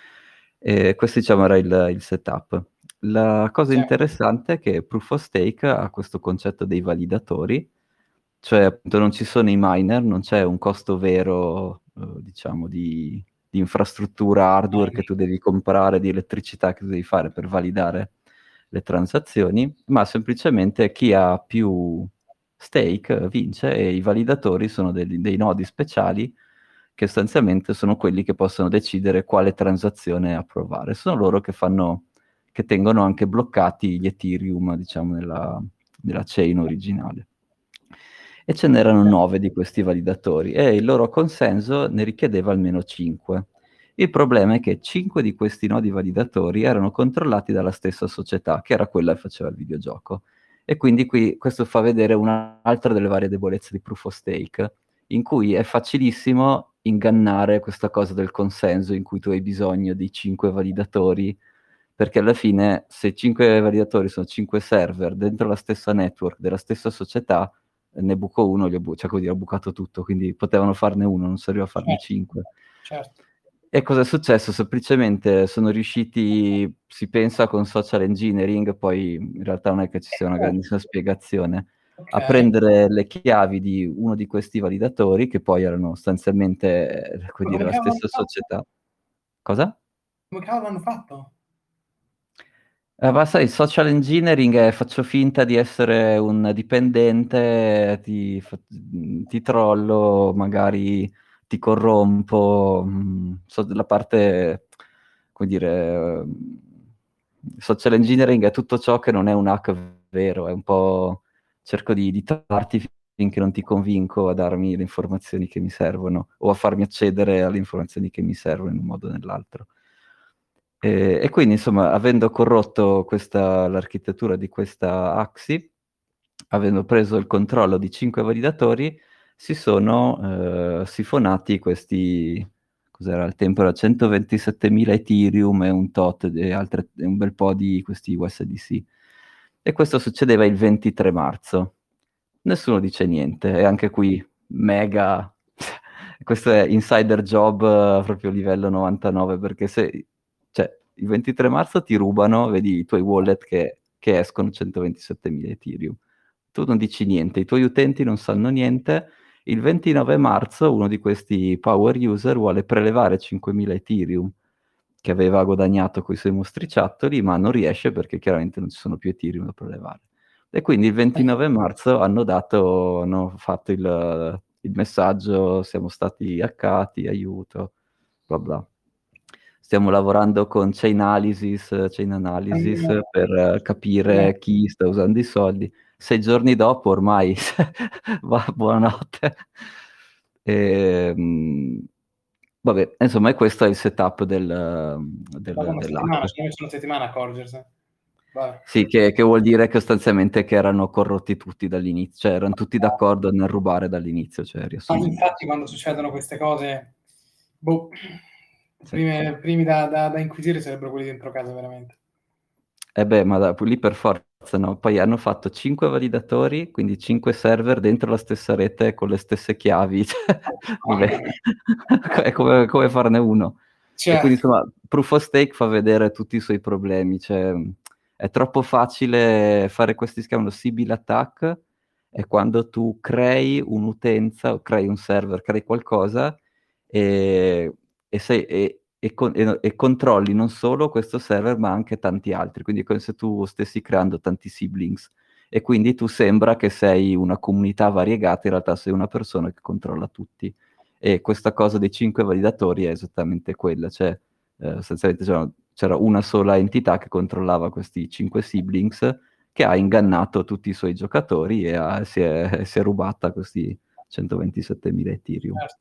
E questo diciamo era il, il setup. La cosa Sì. interessante è che Proof of Stake ha questo concetto dei validatori, cioè appunto non ci sono i miner, non c'è un costo vero, eh, diciamo, di, di infrastruttura hardware che tu devi comprare, di elettricità che tu devi fare per validare le transazioni, ma semplicemente chi ha più stake vince e i validatori sono dei, dei nodi speciali che sostanzialmente sono quelli che possono decidere quale transazione approvare. Sono loro che fanno, che tengono anche bloccati gli Ethereum, diciamo, nella, nella chain originale. E ce n'erano nove di questi validatori e il loro consenso ne richiedeva almeno cinque. Il problema è che cinque di questi nodi validatori erano controllati dalla stessa società, che era quella che faceva il videogioco. E quindi qui questo fa vedere un'altra delle varie debolezze di Proof of Stake, in cui è facilissimo ingannare questa cosa del consenso, in cui tu hai bisogno di cinque validatori, perché alla fine se cinque validatori sono cinque server dentro la stessa network della stessa società, ne buco uno, gli ho, bu- cioè, come dire, ho bucato tutto, quindi potevano farne uno, non serviva a farne Certo. cinque. Certo. E cosa è successo? Semplicemente sono riusciti, si pensa con social engineering, poi in realtà non è che ci sia una grandissima spiegazione, Ok. a prendere le chiavi di uno di questi validatori, che poi erano sostanzialmente, eh, come dire, Come la cavolo stessa hanno fatto? società. Cosa? Come cavolo hanno fatto? Eh, ma sai, il social engineering è faccio finta di essere un dipendente, ti, fa- ti trollo, magari ti corrompo, mh, so, la parte, come dire, eh, social engineering è tutto ciò che non è un hack vero, è un po' cerco di, di trarti finché non ti convinco a darmi le informazioni che mi servono o a farmi accedere alle informazioni che mi servono in un modo o nell'altro. E, e quindi, insomma, avendo corrotto questa, l'architettura di questa Axie, avendo preso il controllo di cinque validatori, si sono eh, sifonati questi, cos'era al tempo? Era centoventisettemila Ethereum e un tot e, altre, e un bel po' di questi U S D C. E questo succedeva il ventitré marzo. Nessuno dice niente, e anche qui mega... Questo è insider job eh, proprio livello novantanove, perché se cioè, il ventitré marzo ti rubano, vedi i tuoi wallet che, che escono centoventisettemila Ethereum. Tu non dici niente, i tuoi utenti non sanno niente. Il ventinove marzo uno di questi power user vuole prelevare cinquemila Ethereum che aveva guadagnato con i suoi mostriciattoli, ma non riesce perché chiaramente non ci sono più Ethereum da prelevare. E quindi il ventinove marzo hanno dato, hanno fatto il, il messaggio, siamo stati hackati, aiuto, bla bla. stiamo lavorando con Chainalysis, Chain Analysis Mm. per eh, capire chi sta usando i soldi. Sei giorni dopo ormai va, buonanotte. E, mh, vabbè, insomma, e questo è il setup del, del, Dopo una settimana, dell'hack. ci hanno messo una settimana a accorgersi. Vabbè. Sì, che, che vuol dire che sostanzialmente che erano corrotti tutti dall'inizio, cioè erano tutti d'accordo nel rubare dall'inizio, cioè Ma riassumendo. infatti quando succedono queste cose, boh, Sì. primi, primi da, da, da inquisire sarebbero quelli dentro casa, veramente. Eh beh, ma da, lì per forza, no? Poi hanno fatto cinque validatori, quindi cinque server dentro la stessa rete con le stesse chiavi. Cioè, vabbè, è come, come farne uno. E Cioè, quindi, insomma, Proof of Stake fa vedere tutti i suoi problemi. Cioè, è troppo facile fare questi, si chiamano Sybil attack, è quando tu crei un'utenza, o crei un server, crei qualcosa e, e, sei, e, e, con- e- e controlli non solo questo server ma anche tanti altri, quindi è come se tu stessi creando tanti siblings e quindi tu sembra che sei una comunità variegata, in realtà sei una persona che controlla tutti e questa cosa dei cinque validatori è esattamente quella, cioè eh, sostanzialmente c'era, c'era una sola entità che controllava questi cinque siblings che ha ingannato tutti i suoi giocatori e ha- si, è, si è rubata questi centoventisettemila Ethereum. certo.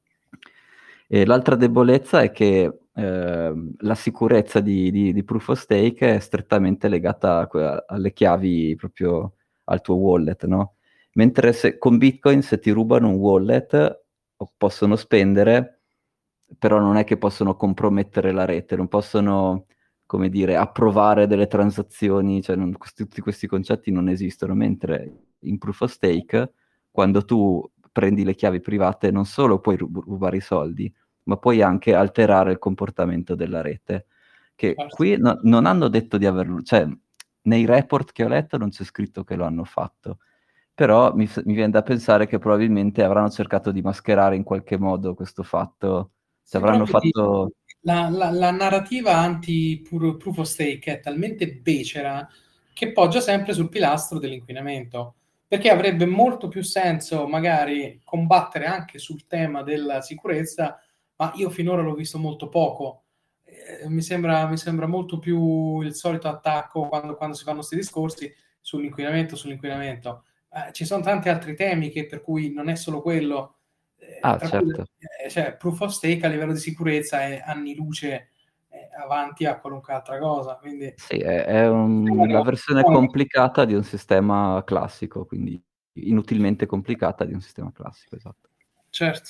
E l'altra debolezza è che ehm, la sicurezza di, di- di Proof of Stake è strettamente legata a que- alle chiavi proprio al tuo wallet, no? Mentre se- con Bitcoin se ti rubano un wallet o possono spendere, però non è che possono compromettere la rete, non possono, come dire, approvare delle transazioni, cioè non- questi- tutti questi concetti non esistono, mentre in Proof of Stake, quando tu prendi le chiavi private, non solo puoi rub- rubare i soldi, ma puoi anche alterare il comportamento della rete, che Certo. qui no- non hanno detto di averlo, cioè nei report che ho letto non c'è scritto che lo hanno fatto, però mi, mi viene da pensare che probabilmente avranno cercato di mascherare in qualche modo questo fatto, cioè Sì, avranno però vedi, fatto... la, la- la narrativa anti-proof of stake è talmente becera che poggia sempre sul pilastro dell'inquinamento, perché avrebbe molto più senso magari combattere anche sul tema della sicurezza, ma io finora l'ho visto molto poco. Eh, mi sembra, mi sembra molto più il solito attacco quando, quando si fanno questi discorsi sull'inquinamento, sull'inquinamento. Eh, ci sono tanti altri temi che, per cui non è solo quello, eh, Ah, tra cui certo. eh, cioè, proof of stake a livello di sicurezza è anni luce eh, avanti a qualunque altra cosa. Quindi, Sì, è, è un- la versione complicata di un sistema classico, quindi inutilmente complicata di un sistema classico, esatto. certo,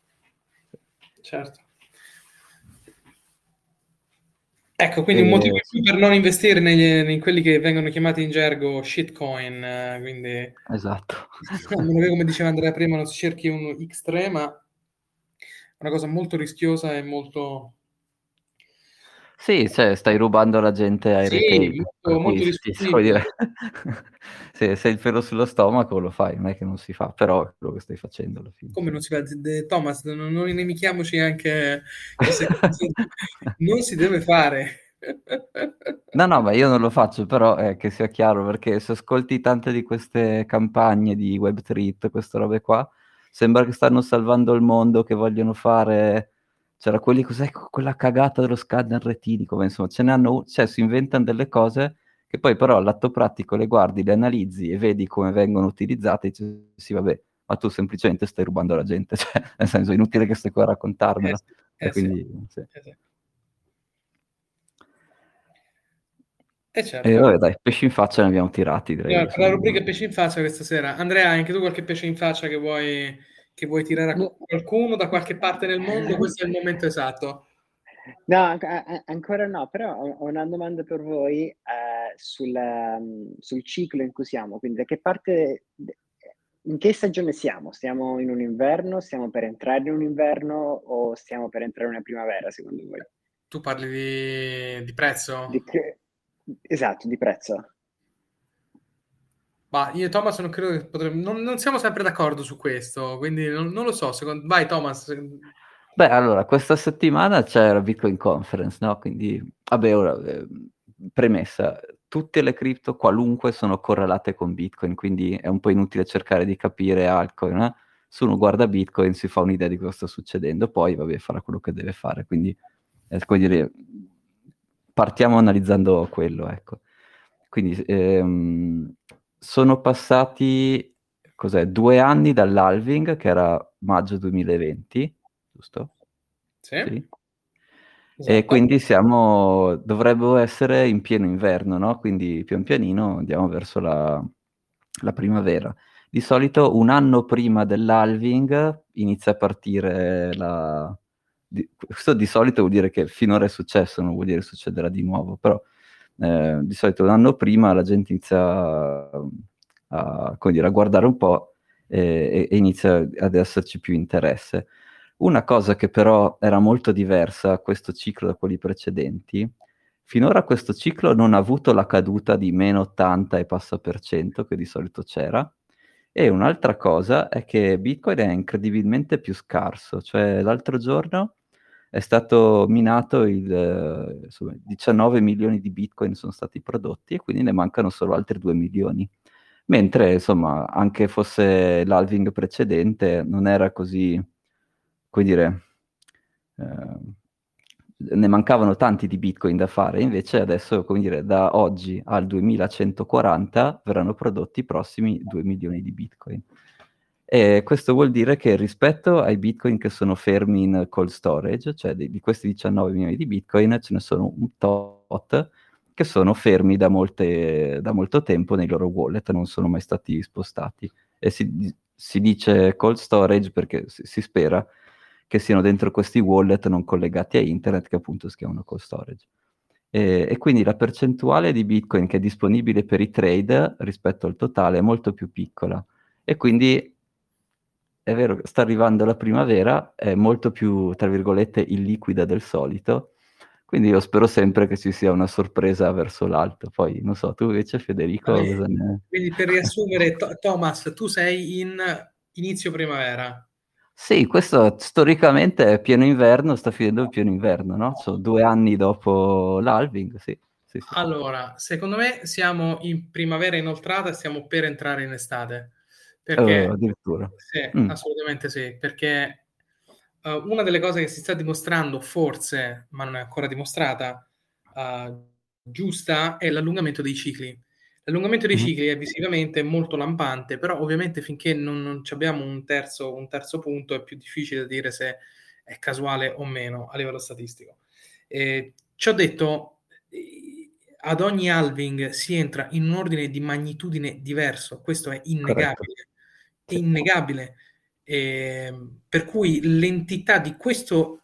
certo. Ecco, quindi un motivo E, in più per non investire negli, in quelli che vengono chiamati in gergo shitcoin, eh, quindi esatto. a meno che, come diceva Andrea prima, non si cerchi un X tre, ma è una cosa molto rischiosa e molto... Sì, cioè, stai rubando la gente ai Sì, retail, per molto, cui molto se ti so discutibile. dire, se, se hai il pelo sullo stomaco lo fai, non è che non si fa, però è quello che stai facendo alla fine. Come non si fa? De- Thomas, non, non inimichiamoci anche queste cose. Non si deve fare. No, no, ma io non lo faccio, però è che sia chiaro, perché se ascolti tante di queste campagne di web tre, queste robe qua, sembra che stanno salvando il mondo, che vogliono fare... C'era quelli, cos'è, quella cagata dello scanner retinico, ma insomma, ce ne hanno, cioè si inventano delle cose che poi però all'atto pratico le guardi, le analizzi e vedi come vengono utilizzate e dici, sì, vabbè, ma tu semplicemente stai rubando la gente, cioè, nel senso, è inutile che stai qua a Eh raccontarmela. sì, E eh sì, quindi, sì. eh sì. Eh E certo. vabbè, dai, pesci in faccia ne abbiamo tirati, direi. Allora, per la Insomma. rubrica pesce in faccia questa sera, Andrea, hai anche tu qualche pesce in faccia che vuoi, che vuoi tirare a qualcuno da qualche parte nel mondo? Questo è il momento esatto. No, an- a- ancora no, però ho ho una domanda per voi eh, sul, ehm, sul ciclo in cui siamo, quindi da che parte, in che stagione siamo? Stiamo in un inverno, stiamo per entrare in un inverno o stiamo per entrare in una primavera, secondo voi? Tu parli di, di prezzo? Di che- Esatto, di prezzo. Ma io e Thomas non credo che potremmo... Non, non siamo sempre d'accordo su questo, quindi non, non lo so. Secondo... Vai Thomas. Beh, allora, questa settimana c'è la Bitcoin Conference, no? Quindi, vabbè, ora, eh, premessa, tutte le cripto, qualunque, sono correlate con Bitcoin, quindi è un po' inutile cercare di capire altcoin, eh? Se uno guarda Bitcoin si fa un'idea di cosa sta succedendo, poi, vabbè, farà quello che deve fare, quindi eh, come dire, partiamo analizzando quello, ecco. Quindi ehm, sono passati, cos'è, due anni dall'halving, che era maggio duemilaventi, giusto? Sì, Sì. E esatto. quindi siamo, dovrebbe essere in pieno inverno, no? Quindi pian pianino andiamo verso la, la primavera. Di solito un anno prima dell'halving inizia a partire la... di- questo di solito vuol dire che finora è successo, non vuol dire che succederà di nuovo, però eh, di solito un anno prima la gente inizia a, a, come dire, a guardare un po' e, e inizia ad esserci più interesse. Una cosa che però era molto diversa questo ciclo da quelli precedenti, finora questo ciclo non ha avuto la caduta di meno ottanta e passa per cento che di solito c'era, e un'altra cosa è che Bitcoin è incredibilmente più scarso, cioè l'altro giorno è stato minato il, eh, insomma, diciannove milioni di Bitcoin sono stati prodotti e quindi ne mancano solo altri due milioni. Mentre, insomma, anche fosse l'halving precedente, non era così, come dire, eh, ne mancavano tanti di Bitcoin da fare, invece adesso, come dire, da oggi al duemilacentoquaranta verranno prodotti i prossimi due milioni di Bitcoin. E questo vuol dire che rispetto ai Bitcoin che sono fermi in cold storage, cioè di, di questi diciannove milioni di Bitcoin, ce ne sono un tot che sono fermi da, molte, da molto tempo nei loro wallet, non sono mai stati spostati. E si, si dice cold storage perché si, si spera che siano dentro questi wallet non collegati a internet, che appunto si chiamano cold storage. E, e quindi la percentuale di Bitcoin che è disponibile per i trade rispetto al totale è molto più piccola. E quindi è vero, sta arrivando la primavera, è molto più, tra virgolette, illiquida del solito, quindi io spero sempre che ci sia una sorpresa verso l'alto. Poi, non so, tu invece, Federico, Quindi, cosa ne... quindi per riassumere, To- Thomas, tu sei in inizio primavera. Sì, questo storicamente è pieno inverno, sta finendo il pieno inverno, no? Sono due anni dopo l'halving, sì, sì, sì. Allora, secondo me siamo in primavera inoltrata e stiamo per entrare in estate. Eh, Perché? addirittura. Sì, Mm, assolutamente sì, perché eh, una delle cose che si sta dimostrando, forse, ma non è ancora dimostrata, eh, giusta, è l'allungamento dei cicli. L'allungamento dei mhm. cicli è visivamente molto lampante, però ovviamente finché non, non ci abbiamo un terzo, un terzo punto è più difficile dire se è casuale o meno a livello statistico. Eh, ci ho detto, eh, ad ogni halving si entra in un ordine di magnitudine diverso, questo è Corretto. innegabile, è Sì. innegabile. Eh, per cui l'entità di questo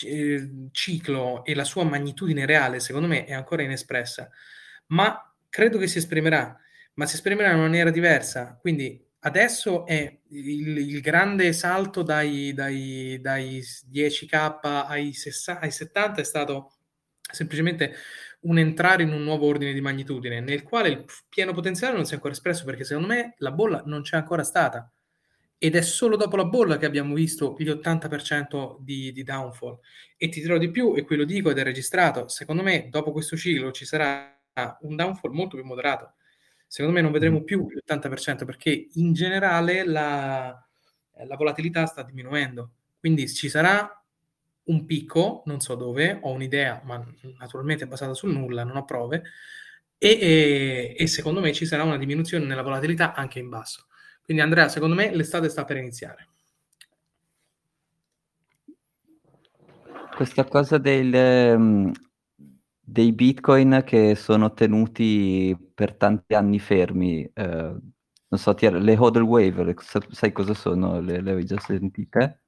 eh, ciclo e la sua magnitudine reale, secondo me, è ancora inespressa, ma credo che si esprimerà, ma si esprimerà in una maniera diversa. Quindi adesso è il, il grande salto dai, dai, dai dieci K ai, sessanta, ai settanta è stato semplicemente un entrare in un nuovo ordine di magnitudine, nel quale il pieno potenziale non si è ancora espresso, perché secondo me la bolla non c'è ancora stata. Ed è solo dopo la bolla che abbiamo visto gli ottanta per cento di, di downfall. E ti dirò di più, e qui lo dico ed è registrato, secondo me dopo questo ciclo ci sarà un downfall molto più moderato. Secondo me non Mhm. vedremo più l'ottanta per cento perché in generale la, la volatilità sta diminuendo. Quindi ci sarà un picco, non so dove, ho un'idea, ma naturalmente è basata sul nulla, non ho prove, e, e, e secondo me ci sarà una diminuzione nella volatilità anche in basso. Quindi Andrea, secondo me l'estate sta per iniziare. Questa cosa del, ehm, dei Bitcoin che sono tenuti per tanti anni fermi, eh, non so, ti- le hodl wave, le- sa- sai cosa sono? Le, le avevi già sentite?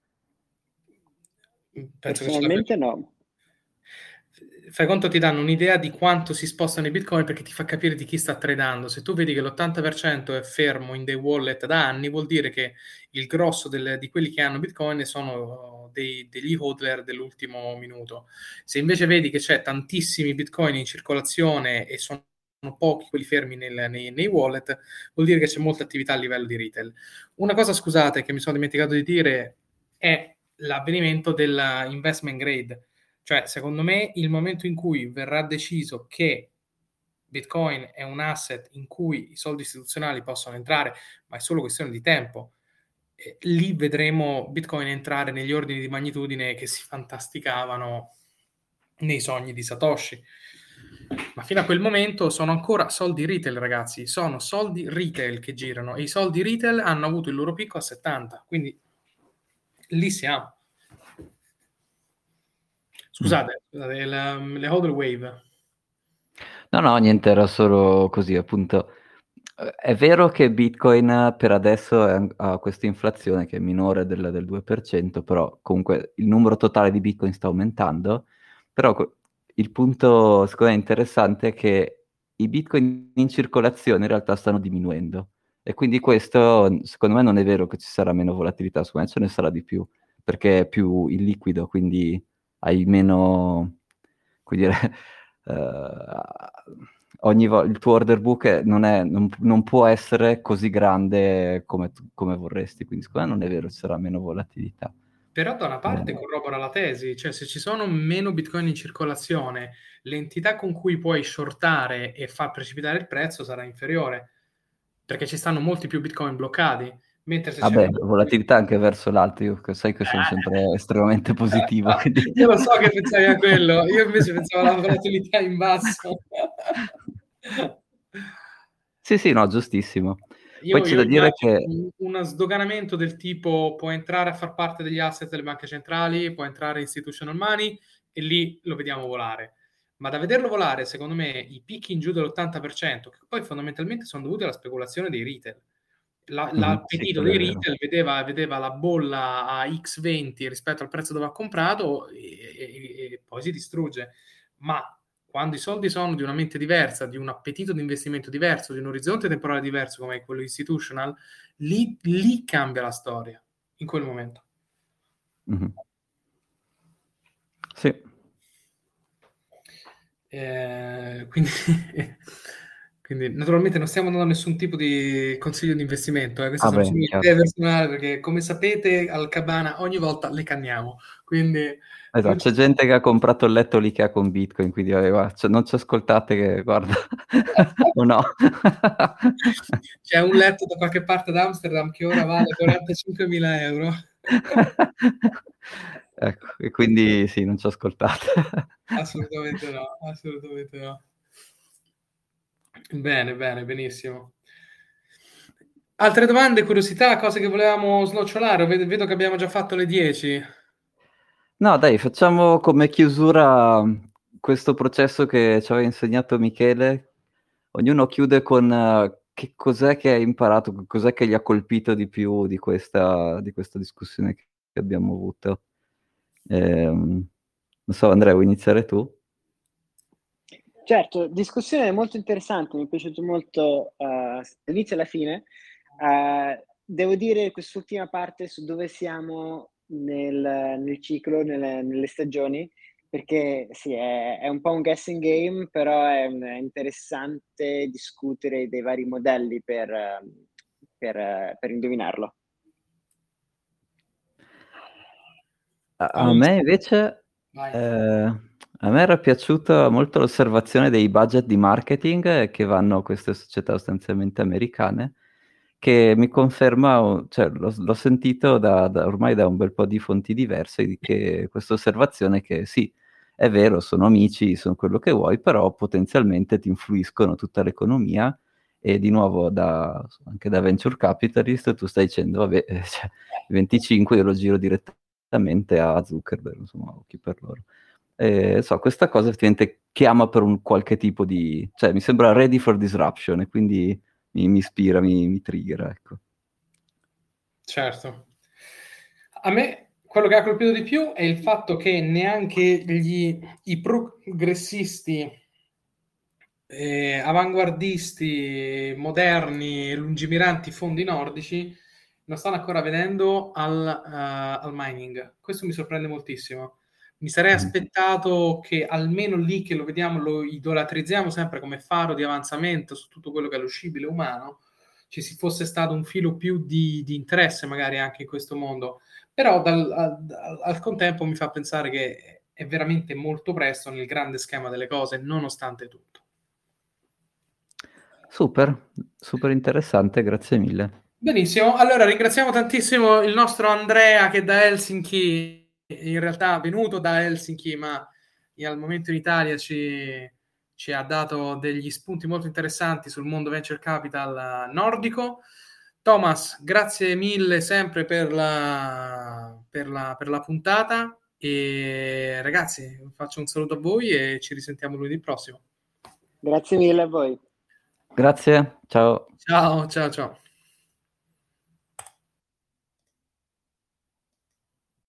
Penso che ce l'abbia. Personalmente no. Fai conto ti danno un'idea di quanto si spostano i bitcoin perché ti fa capire di chi sta tradando. Se tu vedi che l'ottanta per cento è fermo in dei wallet da anni, vuol dire che il grosso del- di quelli che hanno bitcoin sono dei- degli hodler dell'ultimo minuto. Se invece vedi che c'è tantissimi bitcoin in circolazione e sono pochi quelli fermi nel- nei, nei wallet, vuol dire che c'è molta attività a livello di retail. Una cosa, scusate, che mi sono dimenticato di dire è l'avvenimento dell'investment grade. Cioè, secondo me, il momento in cui verrà deciso che Bitcoin è un asset in cui i soldi istituzionali possono entrare, ma è solo questione di tempo, eh, lì vedremo Bitcoin entrare negli ordini di magnitudine che si fantasticavano nei sogni di Satoshi. Ma fino a quel momento sono ancora soldi retail, ragazzi, sono soldi retail che girano e i soldi retail hanno avuto il loro picco a settanta, quindi lì siamo. Scusate, scusate la, le hodl wave. No, no, niente, era solo così, appunto. È vero che Bitcoin per adesso è- ha questa inflazione che è minore del, del due per cento, però comunque il numero totale di Bitcoin sta aumentando, però co- il punto secondo me interessante è che i Bitcoin in circolazione in realtà stanno diminuendo e quindi questo secondo me non è vero che ci sarà meno volatilità, secondo me ce ne sarà di più, perché è più illiquido, quindi hai meno, come dire, eh, ogni volta il tuo order book è- non, è- non- non può essere così grande come, tu- come vorresti, quindi secondo me non è vero, ci sarà meno volatilità. Però da una parte Eh, corrobora la tesi, cioè se ci sono meno bitcoin in circolazione, l'entità con cui puoi shortare e far precipitare il prezzo sarà inferiore, perché ci stanno molti più bitcoin bloccati, mentre se c'è vabbè, meno... volatilità anche verso l'alto, io che- sai che sono sempre estremamente positivo, quindi... Io lo so che pensavi a quello, io invece pensavo alla volatilità in basso. Sì, sì, no, giustissimo. Poi Io, c'è io da dire immagino che... un, uno sdoganamento del tipo può entrare a far parte degli asset delle banche centrali, può entrare institutional money e lì lo vediamo volare. Ma da vederlo volare, secondo me, i picchi in giù dell'ottanta per cento, che poi fondamentalmente sono dovuti alla speculazione dei retail. La- Mhm, sì, l'appetito quello dei è vero. retail vedeva, vedeva la bolla a X venti rispetto al prezzo dove ha comprato e, e- e poi si distrugge. Ma quando i soldi sono di una mente diversa, di un appetito di investimento diverso, di un orizzonte temporale diverso come quello institutional, lì, lì cambia la storia, in quel momento. Mhm. Sì. Eh, quindi, quindi, naturalmente non stiamo dando nessun tipo di consiglio di investimento, eh. Queste Ah sono beh, solo chiaro. idee personali perché come sapete al Cabana ogni volta le canniamo, quindi Esatto, non c'è ci- gente che ha comprato il letto lì che ha con Bitcoin, quindi eh, guarda, cioè, non ci ascoltate che, guarda, o no? c'è un letto da qualche parte ad Amsterdam che ora vale quarantacinquemila euro. Ecco, e quindi sì, non ci ascoltate. Assolutamente no, assolutamente no. Bene, bene, benissimo. Altre domande, curiosità, cose che volevamo snocciolare? Vedo, vedo che abbiamo già fatto le dieci. No, dai, facciamo come chiusura questo processo che ci aveva insegnato Michele. Ognuno chiude con eh, che cos'è che ha imparato, che cos'è che gli ha colpito di più di questa, di questa discussione che abbiamo avuto. Ehm, non so, Andrea, vuoi iniziare tu? Certo, discussione molto interessante, mi è piaciuto molto uh, dall'inizio alla fine. Uh, devo dire quest'ultima parte su dove siamo nel, nel ciclo, nelle, nelle stagioni, perché sì, è, è un po' un guessing game, però è, è interessante discutere dei vari modelli per, eh, per, eh, per indovinarlo. A, a Allora, me invece, vai. eh, a me era piaciuta molto l'osservazione dei budget di marketing eh, che vanno a queste società sostanzialmente americane, che mi conferma, cioè l'ho, l'ho sentito da, da- ormai da un bel po' di fonti diverse, di che questa osservazione che sì, è vero, sono amici, sono quello che vuoi, però potenzialmente ti influiscono tutta l'economia e di nuovo da- anche da venture capitalist tu stai dicendo, vabbè, eh, cioè, venticinque io lo giro direttamente a Zuckerberg, insomma, occhi per loro. E, so, questa cosa effettivamente chiama per un qualche tipo di... cioè mi sembra ready for disruption e quindi mi, mi ispira, mi, mi triggera, ecco. Certo. A me quello che ha colpito di più è il fatto che neanche gli, i progressisti, eh, avanguardisti, moderni, lungimiranti fondi nordici non stanno ancora vedendo al, uh, al mining. Questo mi sorprende moltissimo. Mi sarei Mm. aspettato che almeno lì che lo vediamo, lo idolatrizziamo sempre come faro di avanzamento su tutto quello che è lo scibile umano, ci si fosse stato un filo più di, di interesse magari anche in questo mondo. Però dal, al, al contempo mi fa pensare che è veramente molto presto nel grande schema delle cose, nonostante tutto. Super, super interessante, grazie mille. Benissimo, allora ringraziamo tantissimo il nostro Andrea che da Helsinki, in realtà è venuto da Helsinki, ma al momento in Italia ci, ci ha dato degli spunti molto interessanti sul mondo venture capital nordico. Thomas, grazie mille sempre per la, per la, per la puntata e ragazzi faccio un saluto a voi e ci risentiamo lunedì prossimo. Grazie mille a voi. Grazie, ciao. Ciao, ciao, ciao.